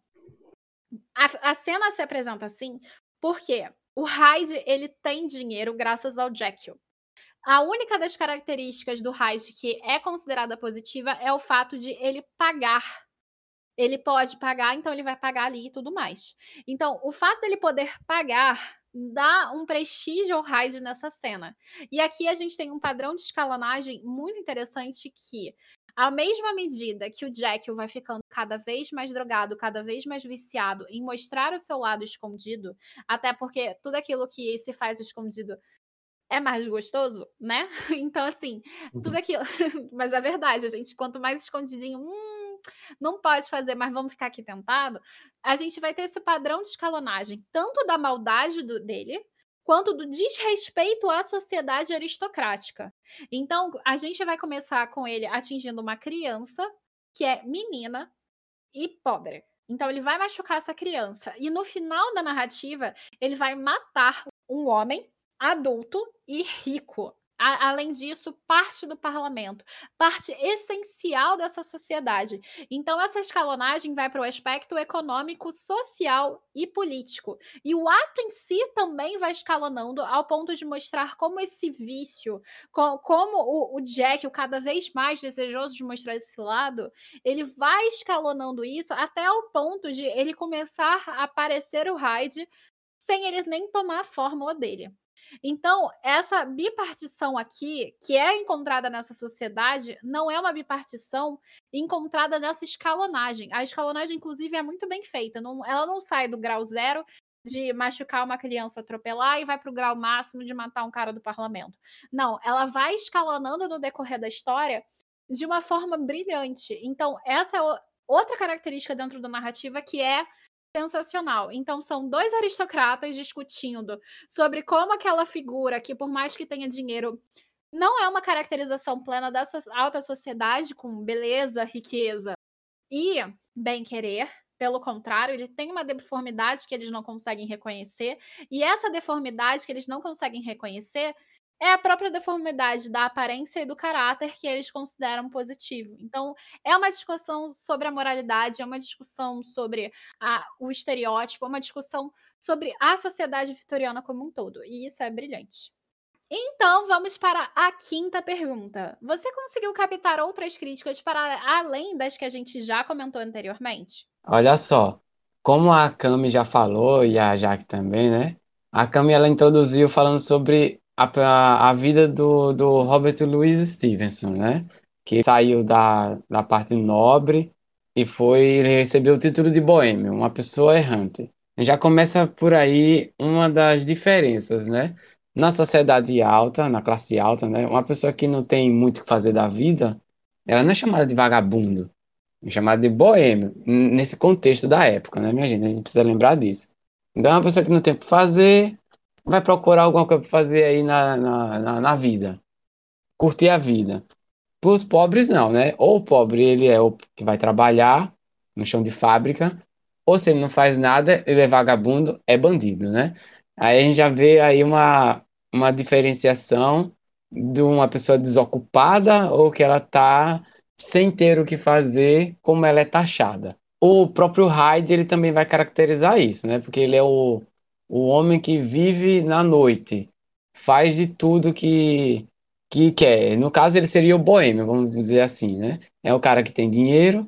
a, a cena se apresenta assim porque o Hyde, ele tem dinheiro graças ao Jekyll. A única das características do Hyde que é considerada positiva é o fato de ele pagar. Ele pode pagar, então ele vai pagar ali e tudo mais. Então, o fato dele poder pagar dá um prestígio ao Hyde nessa cena. E aqui a gente tem um padrão de escalonagem muito interessante que, à mesma medida que o Jekyll vai ficando cada vez mais drogado, cada vez mais viciado em mostrar o seu lado escondido, até porque tudo aquilo que se faz escondido é mais gostoso, né? Então, assim, tudo aquilo... Mas é verdade, gente, quanto mais escondidinho, hum, não pode fazer, mas vamos ficar aqui tentado, a gente vai ter esse padrão de escalonagem, tanto da maldade do, dele, quanto do desrespeito à sociedade aristocrática. Então, a gente vai começar com ele atingindo uma criança que é menina e pobre. Então, ele vai machucar essa criança. E no final da narrativa, ele vai matar um homem adulto e rico. A, além disso, parte do parlamento, parte essencial dessa sociedade. Então, essa escalonagem vai para o aspecto econômico, social e político. E o ato em si também vai escalonando ao ponto de mostrar como esse vício, com, como o, o Jack, o cada vez mais desejoso de mostrar esse lado, ele vai escalonando isso até o ponto de ele começar a parecer o Hyde sem ele nem tomar a fórmula dele. Então, essa bipartição aqui, que é encontrada nessa sociedade, não é uma bipartição encontrada nessa escalonagem. A escalonagem, inclusive, é muito bem feita. Não, ela não sai do grau zero de machucar uma criança, atropelar, e vai para o grau máximo de matar um cara do parlamento. Não, ela vai escalonando no decorrer da história de uma forma brilhante. Então, essa é outra característica dentro da narrativa que é sensacional. Então, são dois aristocratas discutindo sobre como aquela figura, que por mais que tenha dinheiro, não é uma caracterização plena da so- alta sociedade, com beleza, riqueza e bem-querer. Pelo contrário, ele tem uma deformidade que eles não conseguem reconhecer, e essa deformidade que eles não conseguem reconhecer é a própria deformidade da aparência e do caráter que eles consideram positivo. Então, é uma discussão sobre a moralidade, é uma discussão sobre a, o estereótipo, é uma discussão sobre a sociedade vitoriana como um todo. E isso é brilhante. Então, vamos para a quinta pergunta. Você conseguiu captar outras críticas para além das que a gente já comentou anteriormente? Olha só, como a Cami já falou e a Jaque também, né? A Cami ela introduziu falando sobre a, a, a vida do, do Robert Louis Stevenson, né? Que saiu da, da parte nobre e foi ele recebeu o título de boêmio, uma pessoa errante. Já começa por aí uma das diferenças, né? Na sociedade alta, na classe alta, né? Uma pessoa que não tem muito o que fazer da vida, ela não é chamada de vagabundo. Chamado de boêmio, nesse contexto da época, né, minha gente? A gente precisa lembrar disso. Então, é uma pessoa que não tem o que fazer, vai procurar alguma coisa para fazer aí na, na, na, na vida, curtir a vida. Para os pobres, não, né? Ou o pobre, ele é o que vai trabalhar no chão de fábrica, ou se ele não faz nada, ele é vagabundo, é bandido, né? Aí a gente já vê aí uma, uma diferenciação de uma pessoa desocupada ou que ela tá sem ter o que fazer, como ela é taxada. O próprio Hyde, ele também vai caracterizar isso, né? Porque ele é o, o homem que vive na noite, faz de tudo que, que quer. No caso, ele seria o boêmio, vamos dizer assim, né? É o cara que tem dinheiro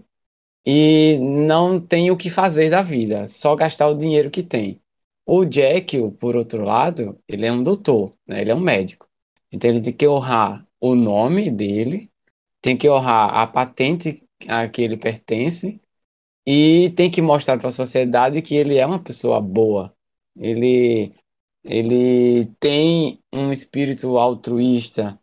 e não tem o que fazer da vida, só gastar o dinheiro que tem. O Jekyll, por outro lado, ele é um doutor, né? Ele é um médico. Então ele tem que honrar o nome dele, tem que honrar a patente a que ele pertence e tem que mostrar para a sociedade que ele é uma pessoa boa. Ele, ele tem um espírito altruísta.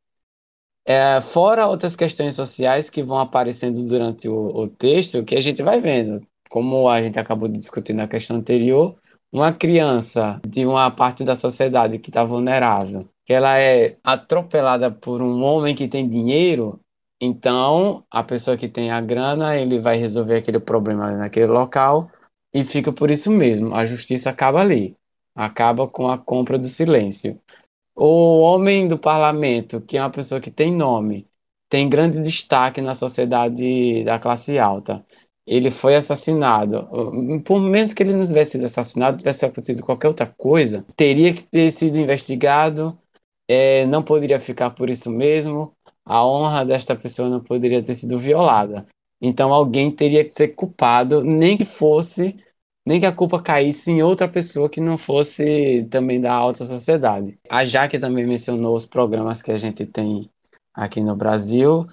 É, fora outras questões sociais que vão aparecendo durante o, o texto, que a gente vai vendo. Como a gente acabou de discutir na questão anterior, uma criança de uma parte da sociedade que está vulnerável, que ela é atropelada por um homem que tem dinheiro, então a pessoa que tem a grana, ele vai resolver aquele problema ali naquele local e fica por isso mesmo. A justiça acaba ali, acaba com a compra do silêncio. O homem do parlamento, que é uma pessoa que tem nome, tem grande destaque na sociedade da classe alta. Ele foi assassinado. Por menos que ele não tivesse sido assassinado, tivesse acontecido qualquer outra coisa, teria que ter sido investigado, é, não poderia ficar por isso mesmo, a honra desta pessoa não poderia ter sido violada. Então alguém teria que ser culpado, nem que fosse, nem que a culpa caísse em outra pessoa que não fosse também da alta sociedade. A Jaque também mencionou os programas que a gente tem aqui no Brasil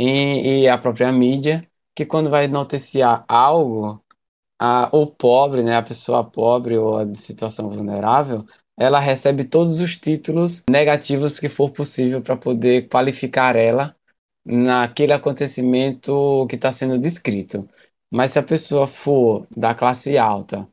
e, e a própria mídia, que quando vai noticiar algo, a, o pobre, né, a pessoa pobre ou a de situação vulnerável, ela recebe todos os títulos negativos que for possível para poder qualificar ela naquele acontecimento que está sendo descrito. Mas se a pessoa for da classe alta,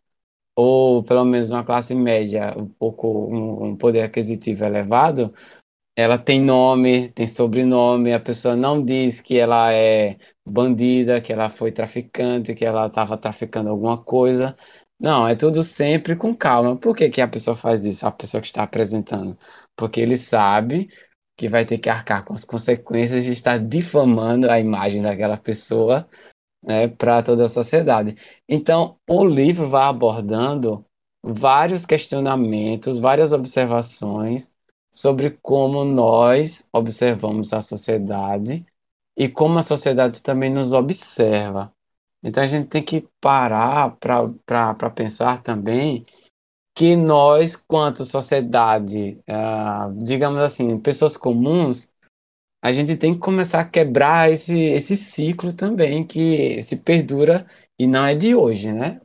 ou pelo menos uma classe média, um pouco um, um poder aquisitivo elevado, ela tem nome, tem sobrenome, a pessoa não diz que ela é bandida, que ela foi traficante, que ela estava traficando alguma coisa. Não, é tudo sempre com calma. Por que que a pessoa faz isso, a pessoa que está apresentando? Porque ele sabe que vai ter que arcar com as consequências de estar difamando a imagem daquela pessoa, né, para toda a sociedade. Então, o livro vai abordando vários questionamentos, várias observações sobre como nós observamos a sociedade e como a sociedade também nos observa. Então, a gente tem que parar para pensar também que nós, quanto sociedade, ah, digamos assim, pessoas comuns, a gente tem que começar a quebrar esse, esse ciclo também que se perdura e não é de hoje, né?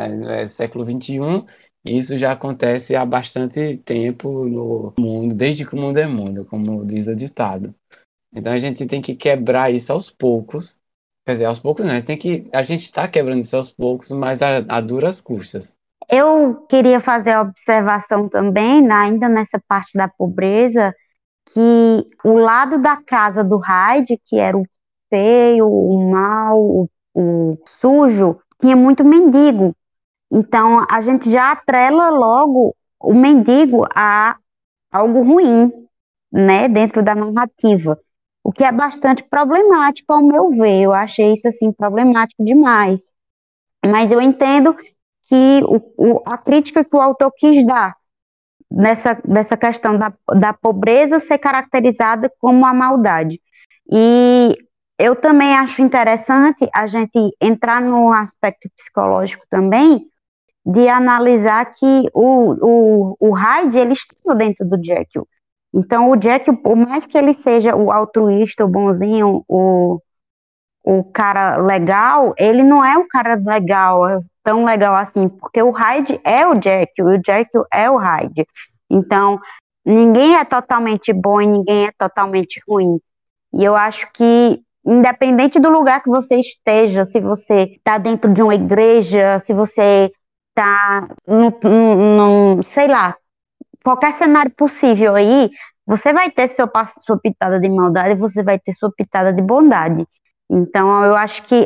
É século vinte e um, e isso já acontece há bastante tempo no mundo, desde que o mundo é mundo, como diz o ditado. Então a gente tem que quebrar isso aos poucos. Quer dizer, aos poucos não, a gente tem que, a gente está quebrando isso aos poucos, mas a, a duras custas. Eu queria fazer a observação também, né, ainda nessa parte da pobreza, que o lado da casa do Hyde, que era o feio, o mau, o, o sujo, tinha muito mendigo. Então a gente já atrela logo o mendigo a algo ruim, né, dentro da narrativa, o que é bastante problemático ao meu ver. Eu achei isso assim problemático demais. Mas eu entendo que o, o, a crítica que o autor quis dar nessa, nessa questão da, da pobreza ser caracterizada como a maldade. E eu também acho interessante a gente entrar no aspecto psicológico também, de analisar que o, o, o Hyde, ele estava dentro do Jekyll. Então, o Jekyll, por mais que ele seja o altruísta, o bonzinho, o, o cara legal, ele não é um cara legal, tão legal assim, porque o Hyde é o Jekyll, e o Jekyll é o Hyde. Então, ninguém é totalmente bom e ninguém é totalmente ruim. E eu acho que, independente do lugar que você esteja, se você está dentro de uma igreja, se você está, no, no, no, sei lá, qualquer cenário possível aí, você vai ter seu, sua pitada de maldade, você vai ter sua pitada de bondade. Então, eu acho que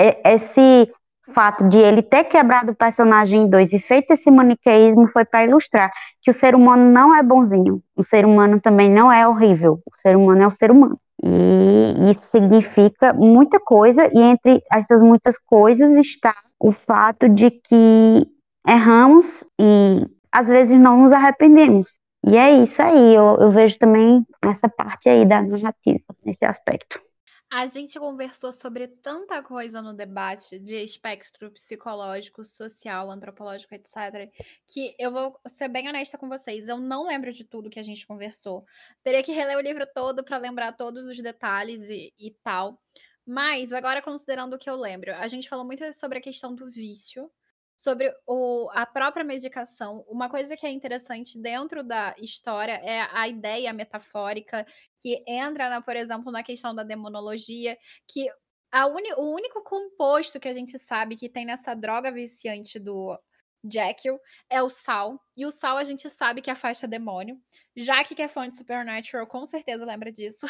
esse fato de ele ter quebrado o personagem em dois e feito esse maniqueísmo foi para ilustrar que o ser humano não é bonzinho, o ser humano também não é horrível, o ser humano é o ser humano. E isso significa muita coisa, e entre essas muitas coisas está o fato de que erramos e às vezes não nos arrependemos. E é isso aí, eu, eu vejo também essa parte aí da narrativa, nesse aspecto. A gente conversou sobre tanta coisa no debate de espectro psicológico, social, antropológico, etcétera, que eu vou ser bem honesta com vocês, eu não lembro de tudo que a gente conversou. Teria que reler o livro todo para lembrar todos os detalhes e, e tal. Mas, agora considerando o que eu lembro, a gente falou muito sobre a questão do vício, sobre o, a própria medicação. Uma coisa que é interessante dentro da história é a ideia metafórica que entra, na, por exemplo, na questão da demonologia, que a uni, o único composto que a gente sabe que tem nessa droga viciante do, Jekyll é o Sal, e o Sal a gente sabe que afasta demônio. Jaque, que é fã de Supernatural, com certeza lembra disso.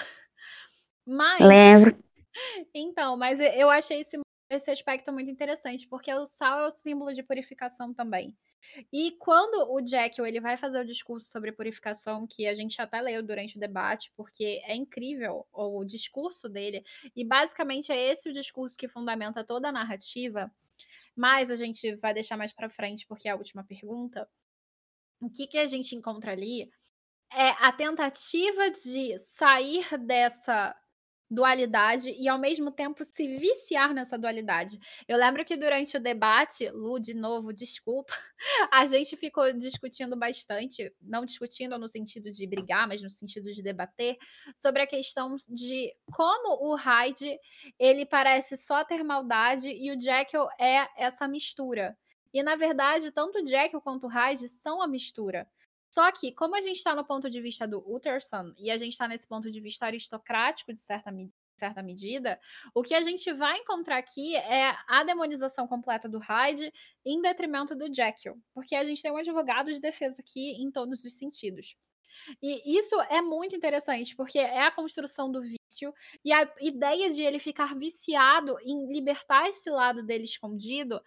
Mas, Lembro. então, mas eu achei esse, esse aspecto muito interessante, porque o Sal é o símbolo de purificação também. E quando o Jekyll ele vai fazer o discurso sobre purificação, que a gente até leu durante o debate, porque é incrível o discurso dele, e basicamente é esse o discurso que fundamenta toda a narrativa, mas a gente vai deixar mais pra frente, porque é a última pergunta. O que, que a gente encontra ali é a tentativa de sair dessa dualidade e, ao mesmo tempo, se viciar nessa dualidade. Eu lembro que durante o debate, Lu, de novo, desculpa, a gente ficou discutindo bastante, não discutindo no sentido de brigar, mas no sentido de debater, sobre a questão de como o Hyde, ele parece só ter maldade e o Jekyll é essa mistura. E, na verdade, tanto o Jekyll quanto o Hyde são a mistura. Só que, como a gente está no ponto de vista do Utterson, e a gente está nesse ponto de vista aristocrático, de certa, certa medida, o que a gente vai encontrar aqui é a demonização completa do Hyde em detrimento do Jekyll. Porque a gente tem um advogado de defesa aqui em todos os sentidos. E isso é muito interessante, porque é a construção do vício, e a ideia de ele ficar viciado em libertar esse lado dele escondido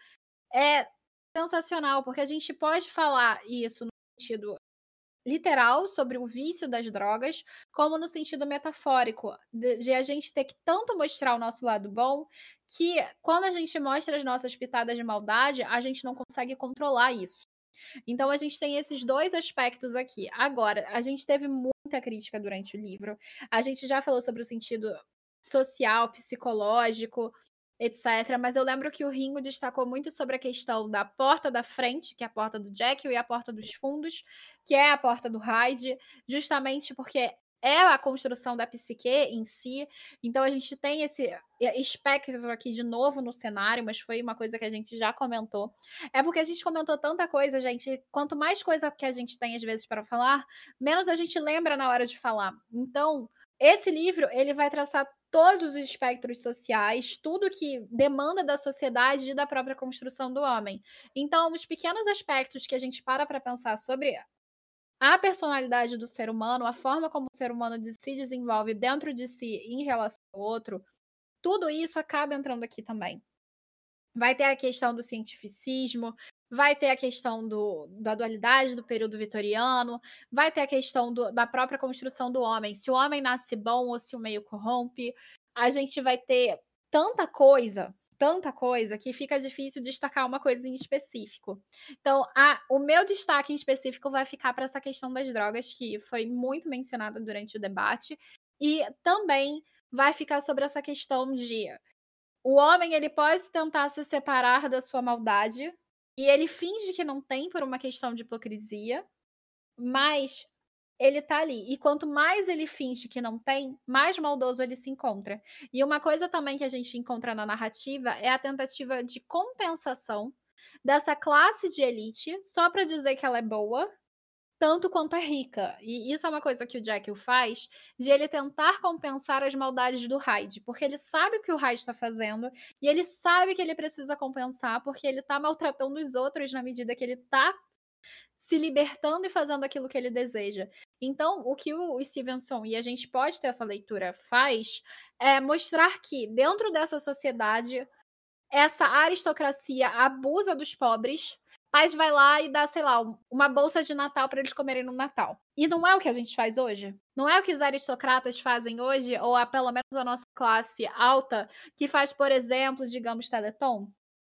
é sensacional, porque a gente pode falar isso no sentido literal sobre o vício das drogas, como no sentido metafórico, de, de a gente ter que tanto mostrar o nosso lado bom, que quando a gente mostra as nossas pitadas de maldade, a gente não consegue controlar isso. Então a gente tem esses dois aspectos aqui. Agora, a gente teve muita crítica durante o livro, a gente já falou sobre o sentido social, psicológico, etcétera. Mas eu lembro que o Ringo destacou muito sobre a questão da porta da frente, que é a porta do Jekyll, e a porta dos fundos, que é a porta do Hyde, justamente porque é a construção da psique em si. Então a gente tem esse espectro aqui de novo no cenário, mas foi uma coisa que a gente já comentou. É porque a gente comentou tanta coisa, gente. Quanto mais coisa que a gente tem às vezes para falar, menos a gente lembra na hora de falar. Então, esse livro, ele vai traçar todos os espectros sociais, tudo que demanda da sociedade e da própria construção do homem. Então, os pequenos aspectos que a gente para para pensar sobre a personalidade do ser humano, a forma como o ser humano se desenvolve dentro de si em relação ao outro, tudo isso acaba entrando aqui também. Vai ter a questão do cientificismo, vai ter a questão do, da dualidade do período vitoriano, vai ter a questão do, da própria construção do homem, se o homem nasce bom ou se o meio corrompe. A gente vai ter tanta coisa, tanta coisa, que fica difícil destacar uma coisa em específico. Então, a, o meu destaque em específico vai ficar para essa questão das drogas, que foi muito mencionada durante o debate, e também vai ficar sobre essa questão de o homem, ele pode tentar se separar da sua maldade, e ele finge que não tem por uma questão de hipocrisia, mas ele tá ali. E quanto mais ele finge que não tem, mais maldoso ele se encontra. E uma coisa também que a gente encontra na narrativa é a tentativa de compensação dessa classe de elite, só pra dizer que ela é boa, tanto quanto é rica. E isso é uma coisa que o Jekyll faz, de ele tentar compensar as maldades do Hyde, porque ele sabe o que o Hyde está fazendo, e ele sabe que ele precisa compensar, porque ele tá maltratando os outros na medida que ele tá se libertando e fazendo aquilo que ele deseja. Então, o que o Stevenson, e a gente pode ter essa leitura, faz, é mostrar que, dentro dessa sociedade, essa aristocracia abusa dos pobres, mas vai lá e dá, sei lá, uma bolsa de Natal para eles comerem no Natal. E não é o que a gente faz hoje? Não é o que os aristocratas fazem hoje, ou é pelo menos a nossa classe alta, que faz, por exemplo, digamos, Teleton?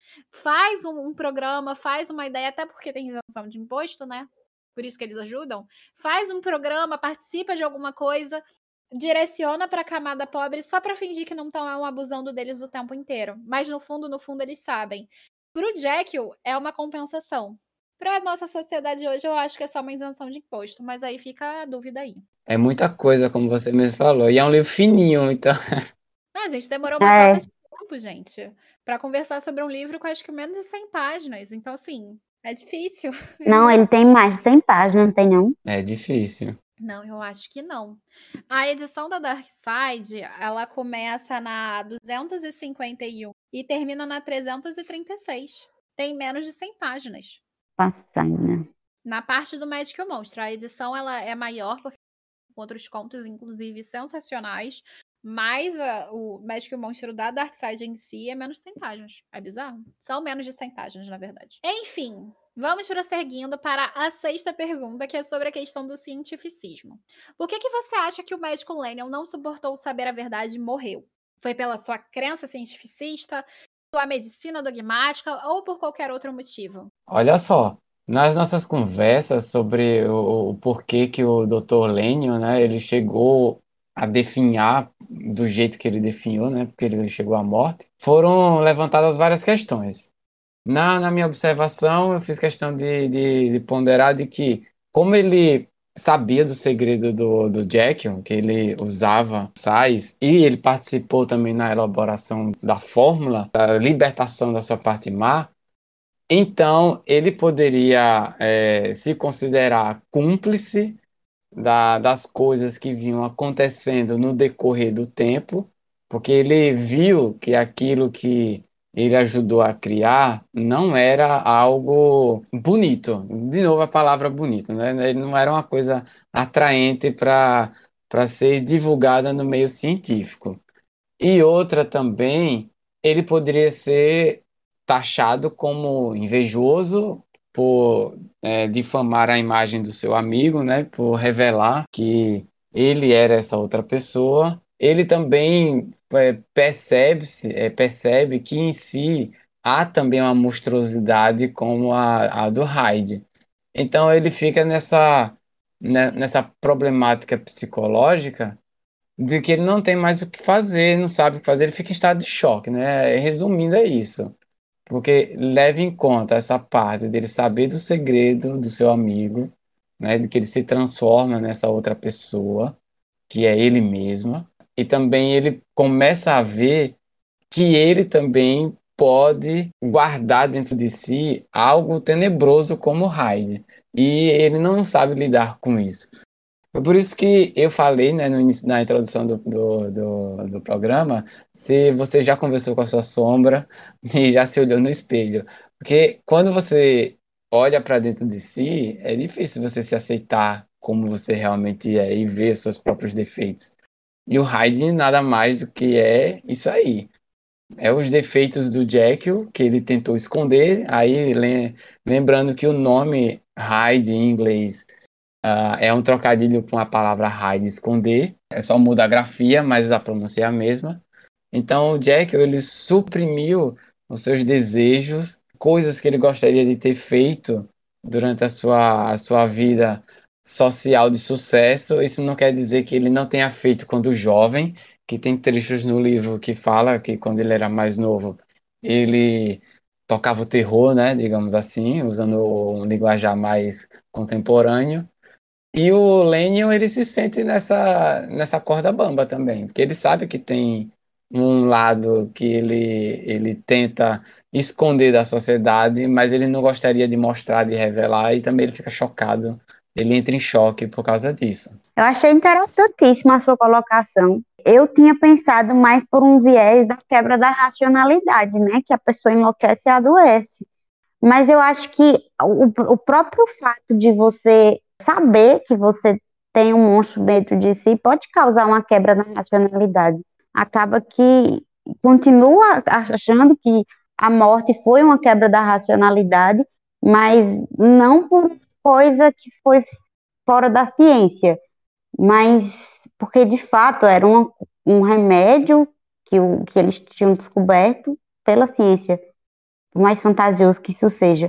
Faz um, um programa, faz uma ideia, até porque tem isenção de imposto, né? Por isso que eles ajudam. Faz um programa, participa de alguma coisa, direciona para a camada pobre só para fingir que não estão abusando deles o tempo inteiro. Mas no fundo, no fundo, eles sabem. Pro Jekyll, é uma compensação. Pra nossa sociedade hoje, eu acho que é só uma isenção de imposto. Mas aí fica a dúvida aí. É muita coisa, como você mesmo falou. E é um livro fininho, então. Ah, a gente demorou uma É. cota de tempo, gente, pra conversar sobre um livro com acho que menos de cem páginas. Então, assim, é difícil. Não, ele tem mais de cem páginas, não tem não? É difícil. Não, eu acho que não. A edição da Dark Side, ela começa na duzentos e cinquenta e um e termina na trezentos e trinta e seis. Tem menos de cem páginas. Passada. Na parte do Médico e o Monstro, a edição ela é maior, porque tem outros contos, inclusive, sensacionais, mas a, o Médico e o Monstro da Darkseid em si é menos de cem páginas. É bizarro? São menos de cem páginas, na verdade. Enfim, vamos prosseguindo para a sexta pergunta, que é sobre a questão do cientificismo. Por que, que você acha que o médico Lennon não suportou saber a verdade e morreu? Foi pela sua crença cientificista, sua medicina dogmática ou por qualquer outro motivo? Olha só, nas nossas conversas sobre o, o porquê que o doutor Lênio, né, ele chegou a definhar do jeito que ele definhou, né, porque ele chegou à morte, foram levantadas várias questões. Na, na minha observação, eu fiz questão de, de, de ponderar de que, como ele sabia do segredo do, do Jekyll, que ele usava sais, e ele participou também na elaboração da fórmula, da libertação da sua parte má, então ele poderia é, se considerar cúmplice da, das coisas que vinham acontecendo no decorrer do tempo, porque ele viu que aquilo que ele ajudou a criar não era algo bonito. De novo, a palavra bonito, né? Ele não era uma coisa atraente para para ser divulgada no meio científico. E outra também, ele poderia ser taxado como invejoso por é, difamar a imagem do seu amigo, né? Por revelar que ele era essa outra pessoa. Ele também é, percebe-se, é, percebe que em si há também uma monstruosidade como a, a do Hyde. Então ele fica nessa, né, nessa problemática psicológica de que ele não tem mais o que fazer, não sabe o que fazer, ele fica em estado de choque, né? Resumindo, é isso. Porque leve em conta essa parte dele saber do segredo do seu amigo, né? De que ele se transforma nessa outra pessoa, que é ele mesmo, e também ele começa a ver que ele também pode guardar dentro de si algo tenebroso como Hyde. E ele não sabe lidar com isso. Foi por isso que eu falei, né, no início, na introdução do, do, do, do programa, se você já conversou com a sua sombra e já se olhou no espelho. Porque quando você olha para dentro de si, é difícil você se aceitar como você realmente é e ver os seus próprios defeitos. E o Hyde nada mais do que é isso aí. É os defeitos do Jekyll que ele tentou esconder. Aí, lem- lembrando que o nome Hyde em inglês ah, é um trocadilho com a palavra hide, esconder. É só muda a grafia, mas a pronúncia é a mesma. Então, o Jekyll, ele suprimiu os seus desejos, coisas que ele gostaria de ter feito durante a sua, a sua vida social de sucesso. Isso não quer dizer que ele não tenha feito quando jovem, que tem trechos no livro que fala que quando ele era mais novo, ele tocava o terror, né, digamos assim, usando um linguajar mais contemporâneo. E o Lennon, ele se sente nessa, nessa corda bamba também, porque ele sabe que tem um lado que ele, ele tenta esconder da sociedade, mas ele não gostaria de mostrar, de revelar, e também ele fica chocado, ele entra em choque por causa disso. Eu achei interessantíssima a sua colocação. Eu tinha pensado mais por um viés da quebra da racionalidade, né? Que a pessoa enlouquece e adoece. Mas eu acho que o, o próprio fato de você saber que você tem um monstro dentro de si pode causar uma quebra na racionalidade. Acaba que continua achando que a morte foi uma quebra da racionalidade, mas não por coisa que foi fora da ciência, mas porque de fato era um, um remédio que, o, que eles tinham descoberto pela ciência, por mais fantasioso que isso seja,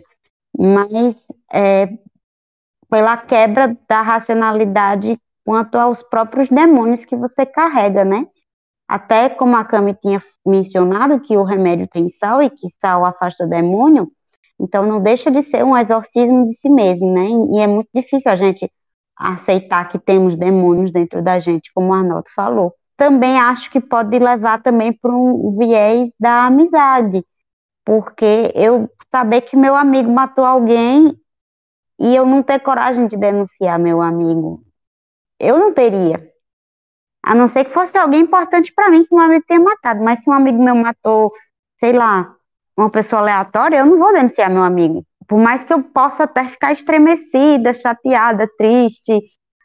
mas é, pela quebra da racionalidade quanto aos próprios demônios que você carrega, né? Até como a Cami tinha mencionado que o remédio tem sal e que sal afasta demônio, então não deixa de ser um exorcismo de si mesmo, né? E é muito difícil a gente aceitar que temos demônios dentro da gente, como o Arnaldo falou. Também acho que pode levar também para um viés da amizade, porque eu saber que meu amigo matou alguém e eu não ter coragem de denunciar meu amigo, eu não teria. A não ser que fosse alguém importante para mim que meu amigo tenha matado, mas se um amigo meu matou, sei lá, uma pessoa aleatória, eu não vou denunciar meu amigo, por mais que eu possa até ficar estremecida, chateada, triste,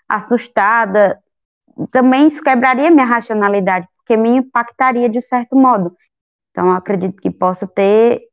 assustada, também isso quebraria minha racionalidade, porque me impactaria de um certo modo. Então, eu acredito que possa ter,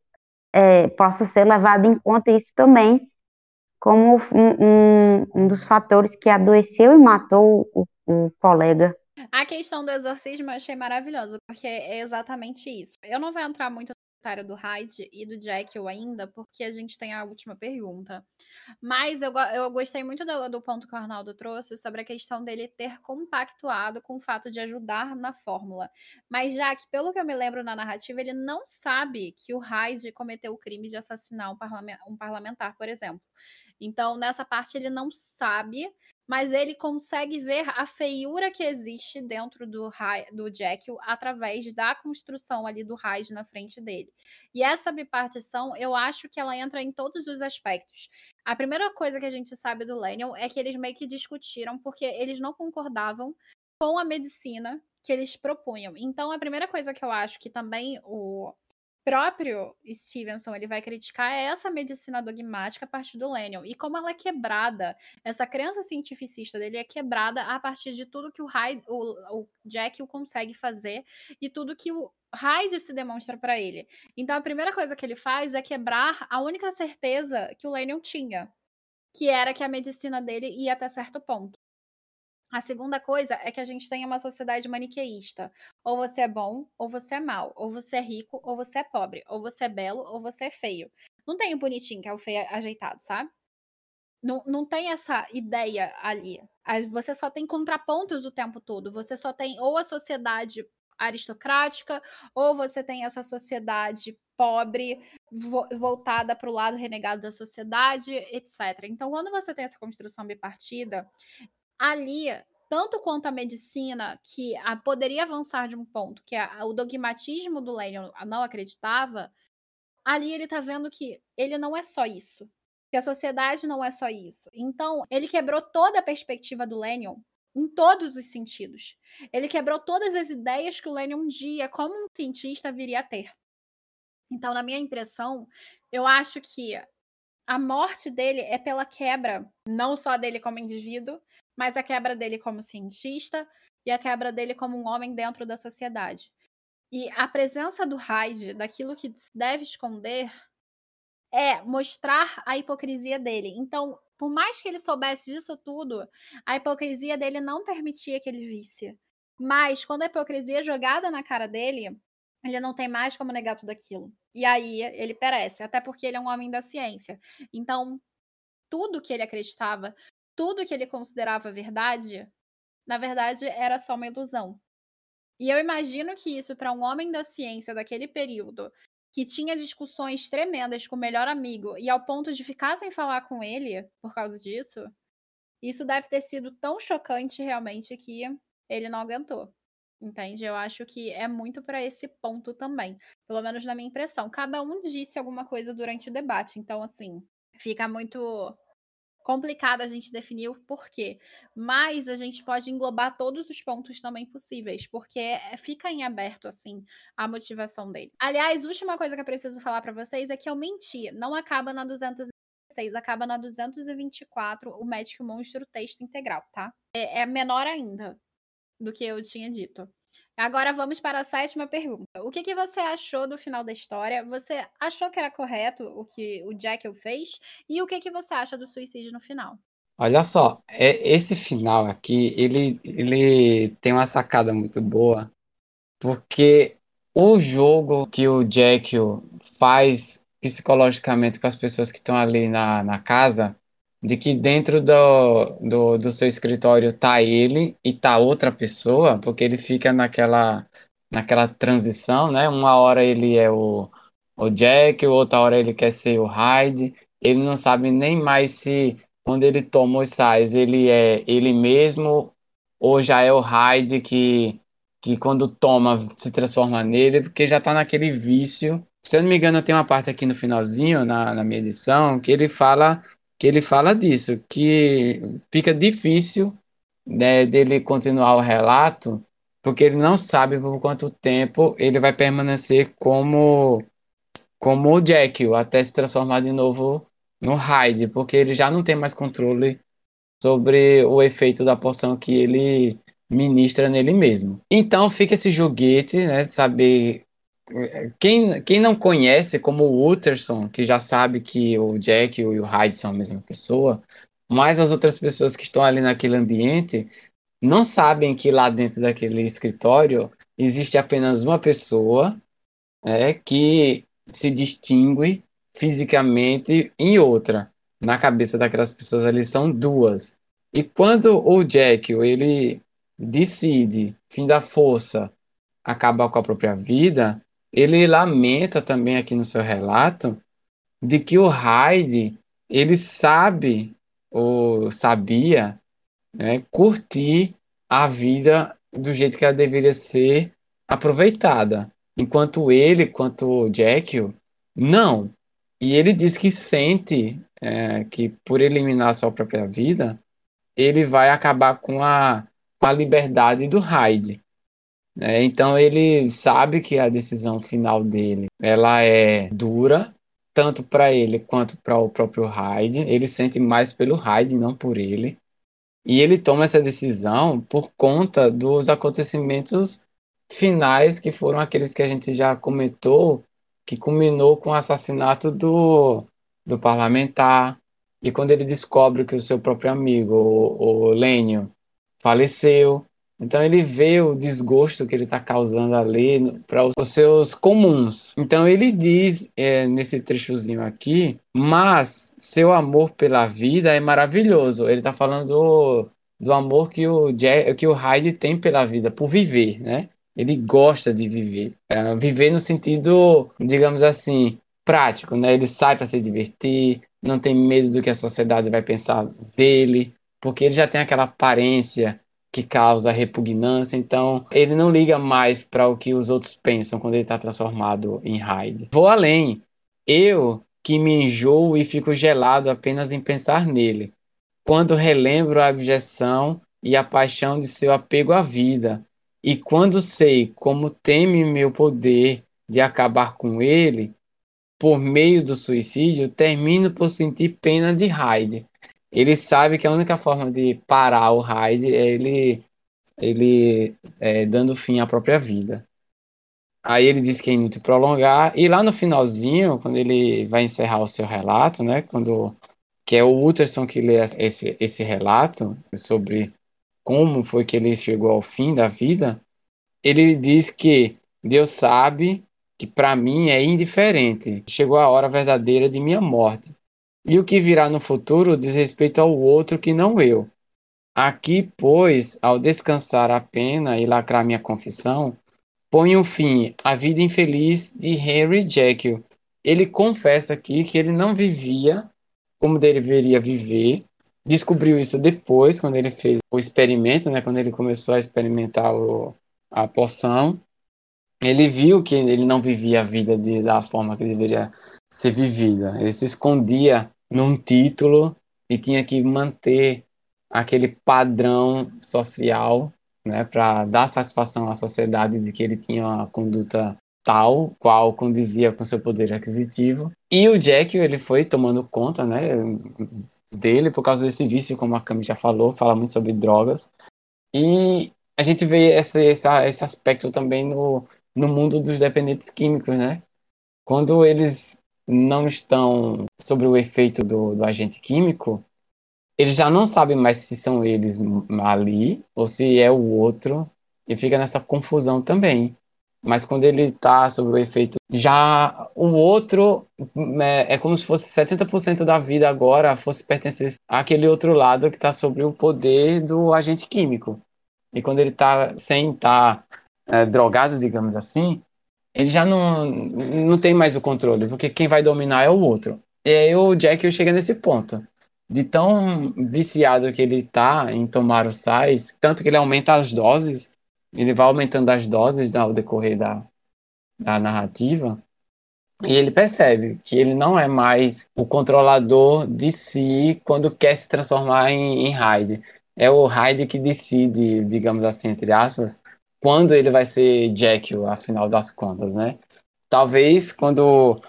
é, possa ser levado em conta isso também, como um, um, um dos fatores que adoeceu e matou o, o colega. A questão do exorcismo eu achei maravilhosa, porque é exatamente isso. Eu não vou entrar muito no comentário do Hyde e do Jekyll ainda, porque a gente tem a última pergunta. Mas eu, eu gostei muito do, do ponto que o Arnaldo trouxe sobre a questão dele ter compactuado com o fato de ajudar na fórmula. Mas já que, pelo que eu me lembro na narrativa, ele não sabe que o Hyde cometeu o crime de assassinar um, parlament, um parlamentar, por exemplo. Então, nessa parte, ele não sabe, mas ele consegue ver a feiura que existe dentro do, do Jekyll através da construção ali do Hyde na frente dele. E essa bipartição, eu acho que ela entra em todos os aspectos. A primeira coisa que a gente sabe do Lennon é que eles meio que discutiram porque eles não concordavam com a medicina que eles propunham. Então, a primeira coisa que eu acho que também o próprio Stevenson ele vai criticar é essa medicina dogmática a partir do Lennon. E como ela é quebrada, essa crença cientificista dele é quebrada a partir de tudo que o, Hyde, o, o Jekyll consegue fazer e tudo que o Hyde se demonstra para ele. Então, a primeira coisa que ele faz é quebrar a única certeza que o Lennon tinha, que era que a medicina dele ia até certo ponto. A segunda coisa é que a gente tem uma sociedade maniqueísta. Ou você é bom, ou você é mau. Ou você é rico, ou você é pobre. Ou você é belo, ou você é feio. Não tem o bonitinho, que é o feio ajeitado, sabe? Não, não tem essa ideia ali. Você só tem contrapontos o tempo todo. Você só tem ou a sociedade aristocrática, ou você tem essa sociedade pobre, vo- voltada para o lado renegado da sociedade, etcétera. Então, quando você tem essa construção bipartida, ali, tanto quanto a medicina, que a, poderia avançar de um ponto, que a, o dogmatismo do Lennon não acreditava, ali ele tá vendo que ele não é só isso. Que a sociedade não é só isso. Então, ele quebrou toda a perspectiva do Lennon em todos os sentidos. Ele quebrou todas as ideias que o Lennon um dia, como um cientista, viria a ter. Então, na minha impressão, eu acho que a morte dele é pela quebra, não só dele como indivíduo, mas a quebra dele como cientista e a quebra dele como um homem dentro da sociedade. E a presença do Hyde, daquilo que deve esconder, é mostrar a hipocrisia dele. Então, por mais que ele soubesse disso tudo, a hipocrisia dele não permitia que ele visse. Mas, quando a hipocrisia é jogada na cara dele, ele não tem mais como negar tudo aquilo. E aí, ele perece, até porque ele é um homem da ciência. Então, tudo que ele acreditava, tudo que ele considerava verdade, na verdade, era só uma ilusão. E eu imagino que isso, para um homem da ciência daquele período, que tinha discussões tremendas com o melhor amigo, e ao ponto de ficar sem falar com ele por causa disso, isso deve ter sido tão chocante realmente que ele não aguentou. Entende? Eu acho que é muito para esse ponto também. Pelo menos na minha impressão. Cada um disse alguma coisa durante o debate. Então, assim, fica muito complicado a gente definir o porquê. Mas a gente pode englobar todos os pontos também possíveis. Porque fica em aberto, assim, a motivação dele. Aliás, última coisa que eu preciso falar para vocês é que eu menti. Não acaba na duzentos e dezesseis, acaba na duzentos e vinte e quatro, o Médico Monstro texto integral, tá? É, é menor ainda do que eu tinha dito. Agora vamos para a sétima pergunta. O que, que você achou do final da história? Você achou que era correto o que o Jekyll fez? E o que, que você acha do suicídio no final? Olha só, é, esse final aqui, ele, ele tem uma sacada muito boa, porque o jogo que o Jekyll faz psicologicamente com as pessoas que estão ali na, na casa, de que dentro do, do, do seu escritório tá ele e tá outra pessoa, porque ele fica naquela, naquela transição, né? Uma hora ele é o, o Jekyll, outra hora ele quer ser o Hyde, ele não sabe nem mais se quando ele toma os sais ele é ele mesmo ou já é o Hyde que que quando toma se transforma nele, porque já tá naquele vício. Se eu não me engano, tem uma parte aqui no finalzinho, na, na minha edição, que ele fala que ele fala disso, que fica difícil, né, dele continuar o relato, porque ele não sabe por quanto tempo ele vai permanecer como como o Jekyll, até se transformar de novo no Hyde, porque ele já não tem mais controle sobre o efeito da poção que ele ministra nele mesmo. Então fica esse joguete, né, de saber quem, quem não conhece, como o Utterson, que já sabe que o Jack e o Hyde são a mesma pessoa, mas as outras pessoas que estão ali naquele ambiente não sabem que lá dentro daquele escritório existe apenas uma pessoa, né, que se distingue fisicamente em outra. Na cabeça daquelas pessoas ali são duas. E quando o Jack ele decide, fim da força, acabar com a própria vida, ele lamenta também aqui no seu relato de que o Hyde ele sabe ou sabia, né, curtir a vida do jeito que ela deveria ser aproveitada, enquanto ele, quanto o Jekyll, não. E ele diz que sente é, que por eliminar a sua própria vida, ele vai acabar com a, com a liberdade do Hyde. Né? Então ele sabe que a decisão final dele, ela é dura, tanto para ele quanto para o próprio Hyde. Ele sente mais pelo Hyde, não por ele. E ele toma essa decisão por conta dos acontecimentos finais, que foram aqueles que a gente já comentou, que culminou com o assassinato do, do parlamentar. E quando ele descobre que o seu próprio amigo, o, o Lênio, faleceu. Então ele vê o desgosto que ele está causando ali para os seus comuns. Então ele diz é, nesse trechozinho aqui, mas seu amor pela vida é maravilhoso. Ele está falando do, do amor que o, Jack, que o Hyde tem pela vida, por viver, né? Ele gosta de viver. É, viver no sentido, digamos assim, prático, né? Ele sai para se divertir, não tem medo do que a sociedade vai pensar dele, porque ele já tem aquela aparência que causa repugnância, então ele não liga mais para o que os outros pensam quando ele está transformado em Hyde. Vou além, eu que me enjoo e fico gelado apenas em pensar nele, quando relembro a abjeção e a paixão de seu apego à vida, e quando sei como teme meu poder de acabar com ele, por meio do suicídio, termino por sentir pena de Hyde. Ele sabe que a única forma de parar o Hyde é ele, ele é, dando fim à própria vida. Aí ele diz que é inútil prolongar, e lá no finalzinho, quando ele vai encerrar o seu relato, né, quando, que é o Utterson que lê esse, esse relato sobre como foi que ele chegou ao fim da vida, ele diz que Deus sabe que para mim é indiferente. Chegou a hora verdadeira de minha morte. E o que virá no futuro diz respeito ao outro que não eu. Aqui, pois, ao descansar a pena e lacrar minha confissão, ponho um fim à vida infeliz de Henry Jekyll. Ele confessa aqui que ele não vivia como deveria viver. Descobriu isso depois, quando ele fez o experimento, né, quando ele começou a experimentar o, a poção. Ele viu que ele não vivia a vida de, da forma que deveria ser vivida. Ele se escondia num título e tinha que manter aquele padrão social, né, para dar satisfação à sociedade de que ele tinha uma conduta tal, qual condizia com seu poder aquisitivo. E o Jack, ele foi tomando conta, né, dele por causa desse vício, como a Cami já falou, fala muito sobre drogas. E a gente vê esse, esse, esse aspecto também no, no mundo dos dependentes químicos, né? Quando eles não estão sob o efeito do, do agente químico, eles já não sabem mais se são eles ali ou se é o outro, e fica nessa confusão também. Mas quando ele está sob o efeito, já o outro é, é como se fosse setenta por cento da vida agora fosse pertencer àquele outro lado que está sob o poder do agente químico. E quando ele está sem estar é, drogado, digamos assim, ele já não, não tem mais o controle, porque quem vai dominar é o outro. E aí o Jack chega nesse ponto, de tão viciado que ele está em tomar os sais, tanto que ele aumenta as doses, ele vai aumentando as doses ao decorrer da, da narrativa, e ele percebe que ele não é mais o controlador de si quando quer se transformar em, em Hyde. É o Hyde que decide, digamos assim, entre aspas, quando ele vai ser Jekyll, afinal das contas, né? Talvez quando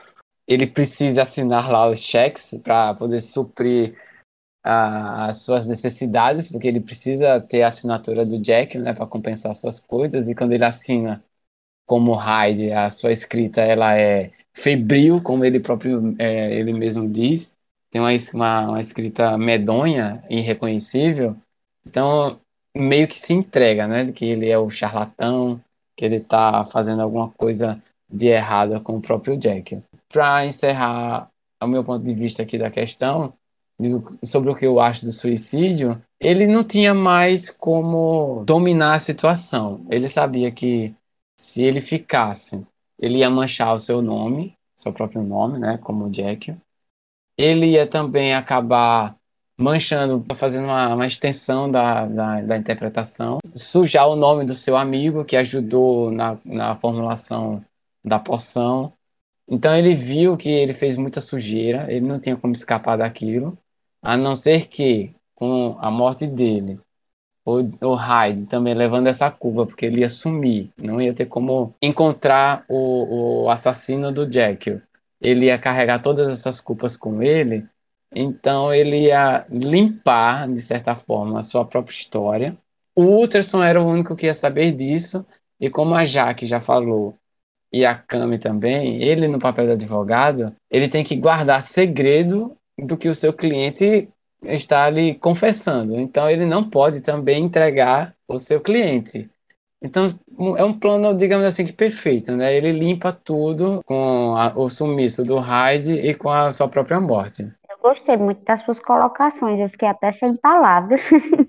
ele precisa assinar lá os cheques para poder suprir a, as suas necessidades, porque ele precisa ter a assinatura do Jack, né, para compensar suas coisas, e quando ele assina como Hyde, a sua escrita ela é febril, como ele próprio é, ele mesmo diz, tem uma, uma, uma escrita medonha, irreconhecível, então meio que se entrega, né, de que ele é o charlatão, que ele está fazendo alguma coisa de errada com o próprio Jack. Para encerrar o meu ponto de vista aqui da questão, sobre o que eu acho do suicídio, ele não tinha mais como dominar a situação. Ele sabia que se ele ficasse, ele ia manchar o seu nome, seu próprio nome, né, como Jack. Ele ia também acabar manchando, fazendo uma, uma extensão da, da, da interpretação, sujar o nome do seu amigo que ajudou na, na formulação da poção. Então ele viu que ele fez muita sujeira, ele não tinha como escapar daquilo, a não ser que, com a morte dele, o, o Hyde também levando essa culpa, porque ele ia sumir, não ia ter como encontrar o, o assassino do Jekyll. Ele ia carregar todas essas culpas com ele, então ele ia limpar, de certa forma, a sua própria história. O Utterson era o único que ia saber disso, e como a Jaque já falou, e a Cami também, ele no papel de advogado, ele tem que guardar segredo do que o seu cliente está lhe confessando. Então ele não pode também entregar o seu cliente. Então é um plano, digamos assim, que perfeito, né? Ele limpa tudo com a, o sumiço do Hyde e com a sua própria morte. Eu gostei muito das suas colocações, eu fiquei até sem palavras.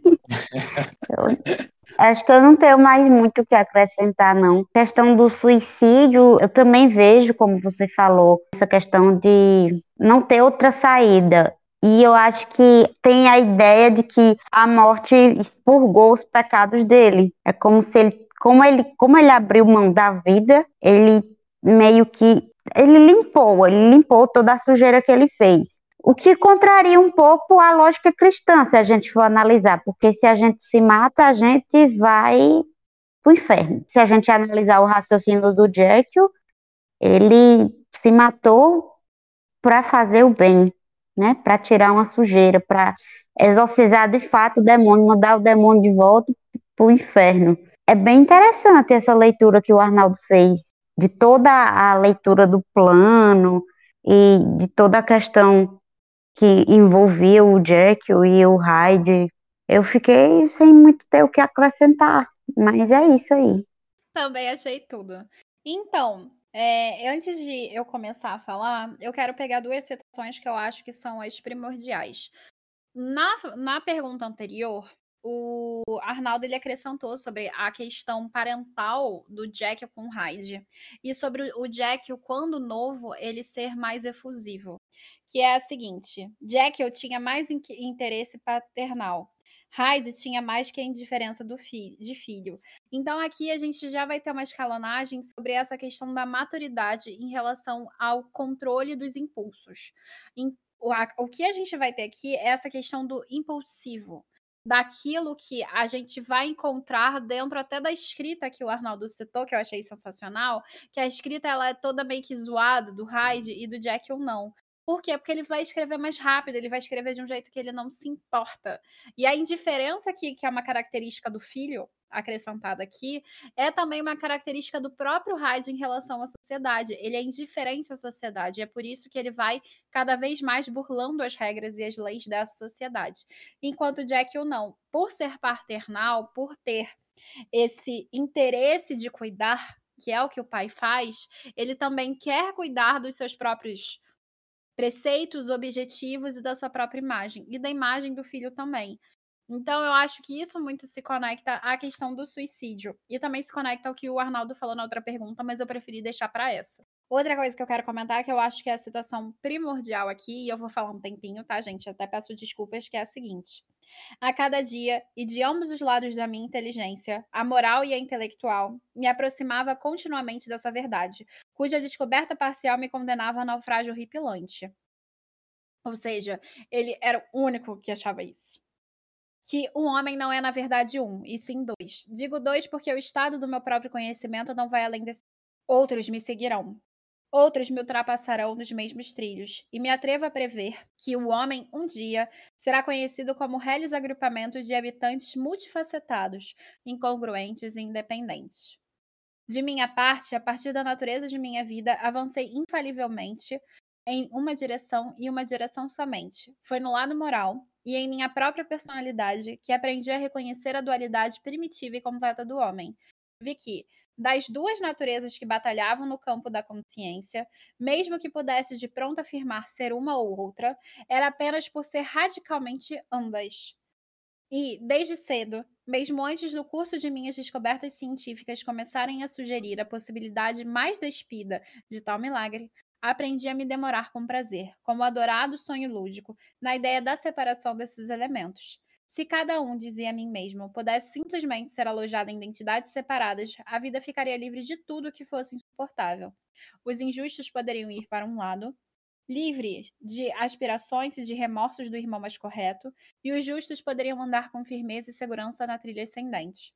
Eu acho que eu não tenho mais muito o que acrescentar, não. Questão do suicídio, eu também vejo, como você falou, essa questão de não ter outra saída. E eu acho que tem a ideia de que a morte expurgou os pecados dele. É como se ele, como ele, como ele abriu mão da vida, ele meio que ele limpou, ele limpou toda a sujeira que ele fez. O que contraria um pouco a lógica cristã, se a gente for analisar, porque se a gente se mata, a gente vai pro inferno. Se a gente analisar o raciocínio do Jekyll, ele se matou para fazer o bem, né? Para tirar uma sujeira, para exorcizar de fato o demônio, mandar o demônio de volta pro inferno. É bem interessante essa leitura que o Arnaldo fez, de toda a leitura do plano e de toda a questão que envolvia o Jekyll e o Hyde. Eu fiquei sem muito ter o que acrescentar, mas é isso aí. Também achei tudo. Então, é, antes de eu começar a falar, eu quero pegar duas citações que eu acho que são as primordiais. Na, na pergunta anterior, o Arnaldo ele acrescentou sobre a questão parental do Jekyll com o Hyde e sobre o Jekyll, quando novo, ele ser mais efusivo. Que é a seguinte: Jekyll tinha mais in- interesse paternal. Hyde tinha mais que a indiferença do fi- de filho. Então aqui a gente já vai ter uma escalonagem sobre essa questão da maturidade em relação ao controle dos impulsos. Em- o, a- o que a gente vai ter aqui é essa questão do impulsivo, daquilo que a gente vai encontrar dentro até da escrita que o Arnaldo citou, que eu achei sensacional, que a escrita ela é toda meio que zoada do Hyde e do Jekyll não. Por quê? Porque ele vai escrever mais rápido, ele vai escrever de um jeito que ele não se importa. E a indiferença aqui, que é uma característica do filho, acrescentada aqui, é também uma característica do próprio Hyde em relação à sociedade. Ele é indiferente à sociedade, e é por isso que ele vai cada vez mais burlando as regras e as leis dessa sociedade. Enquanto Jekyll não. Por ser paternal, por ter esse interesse de cuidar, que é o que o pai faz, ele também quer cuidar dos seus próprios preceitos, objetivos e da sua própria imagem, e da imagem do filho também. Então, eu acho que isso muito se conecta à questão do suicídio. E também se conecta ao que o Arnaldo falou na outra pergunta, mas eu preferi deixar para essa. Outra coisa que eu quero comentar, que eu acho que é a citação primordial aqui, e eu vou falar um tempinho, tá, gente? Até peço desculpas, que é a seguinte: a cada dia, e de ambos os lados da minha inteligência, a moral e a intelectual, me aproximava continuamente dessa verdade, cuja descoberta parcial me condenava ao naufrágio horripilante. Ou seja, ele era o único que achava isso. Que o homem não é, na verdade, um, e sim dois. Digo dois porque o estado do meu próprio conhecimento não vai além desse. Outros me seguirão. Outros me ultrapassarão nos mesmos trilhos, e me atrevo a prever que o homem, um dia, será conhecido como reles agrupamento de habitantes multifacetados, incongruentes e independentes. De minha parte, a partir da natureza de minha vida, avancei infalivelmente em uma direção e uma direção somente. Foi no lado moral e em minha própria personalidade que aprendi a reconhecer a dualidade primitiva e completa do homem. Vi que, das duas naturezas que batalhavam no campo da consciência, mesmo que pudesse de pronto afirmar ser uma ou outra, era apenas por ser radicalmente ambas. E, desde cedo, mesmo antes do curso de minhas descobertas científicas começarem a sugerir a possibilidade mais despida de tal milagre, aprendi a me demorar com prazer, como o adorado sonho lúdico, na ideia da separação desses elementos. Se cada um, dizia a mim mesmo, pudesse simplesmente ser alojado em identidades separadas, a vida ficaria livre de tudo que fosse insuportável. Os injustos poderiam ir para um lado, livres de aspirações e de remorsos do irmão mais correto, e os justos poderiam andar com firmeza e segurança na trilha ascendente,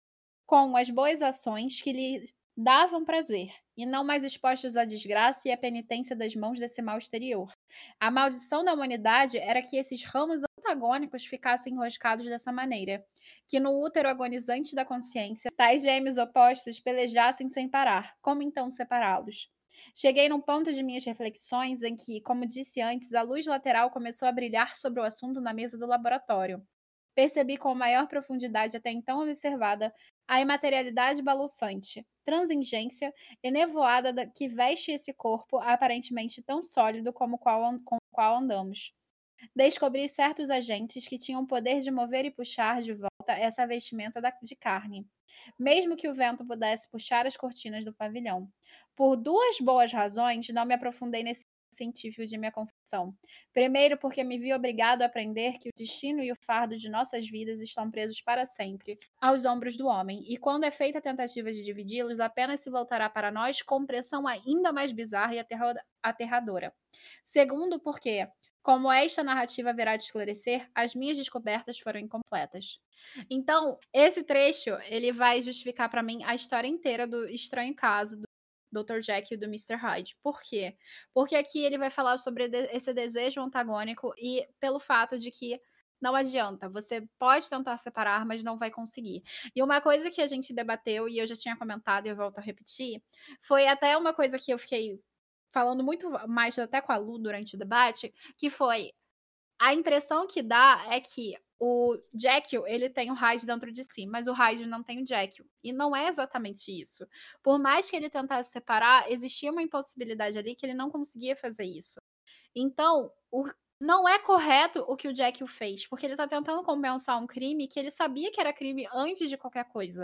com as boas ações que lhe davam prazer, e não mais expostos à desgraça e à penitência das mãos desse mal exterior. A maldição da humanidade era que esses ramos antagônicos ficassem enroscados dessa maneira, que no útero agonizante da consciência, tais gêmeos opostos pelejassem sem parar. Como então separá-los? Cheguei num ponto de minhas reflexões em que, como disse antes, a luz lateral começou a brilhar sobre o assunto na mesa do laboratório. Percebi com maior profundidade até então observada a imaterialidade balouçante, transingência e nevoada que veste esse corpo aparentemente tão sólido como qual, com o qual andamos. Descobri certos agentes que tinham o poder de mover e puxar de volta essa vestimenta de carne, mesmo que o vento pudesse puxar as cortinas do pavilhão. Por duas boas razões, não me aprofundei nesse científico de minha confissão. Primeiro, porque me vi obrigado a aprender que o destino e o fardo de nossas vidas estão presos para sempre aos ombros do homem, e quando é feita a tentativa de dividi-los, apenas se voltará para nós com pressão ainda mais bizarra e aterradora. Segundo, porque, como esta narrativa haverá de esclarecer, as minhas descobertas foram incompletas. Então, esse trecho, ele vai justificar para mim a história inteira do estranho caso do doutor Jekyll e do mister Hyde. Por quê? Porque aqui ele vai falar sobre esse desejo antagônico e pelo fato de que não adianta, você pode tentar separar, mas não vai conseguir. E uma coisa que a gente debateu, e eu já tinha comentado e eu volto a repetir, foi até uma coisa que eu fiquei falando muito mais até com a Lu durante o debate, que foi a impressão que dá é que o Jekyll, ele tem o Hyde dentro de si, mas o Hyde não tem o Jekyll. E não é exatamente isso. Por mais que ele tentasse separar, existia uma impossibilidade ali que ele não conseguia fazer isso. Então, o, não é correto o que o Jekyll fez, porque ele tá tentando compensar um crime que ele sabia que era crime antes de qualquer coisa.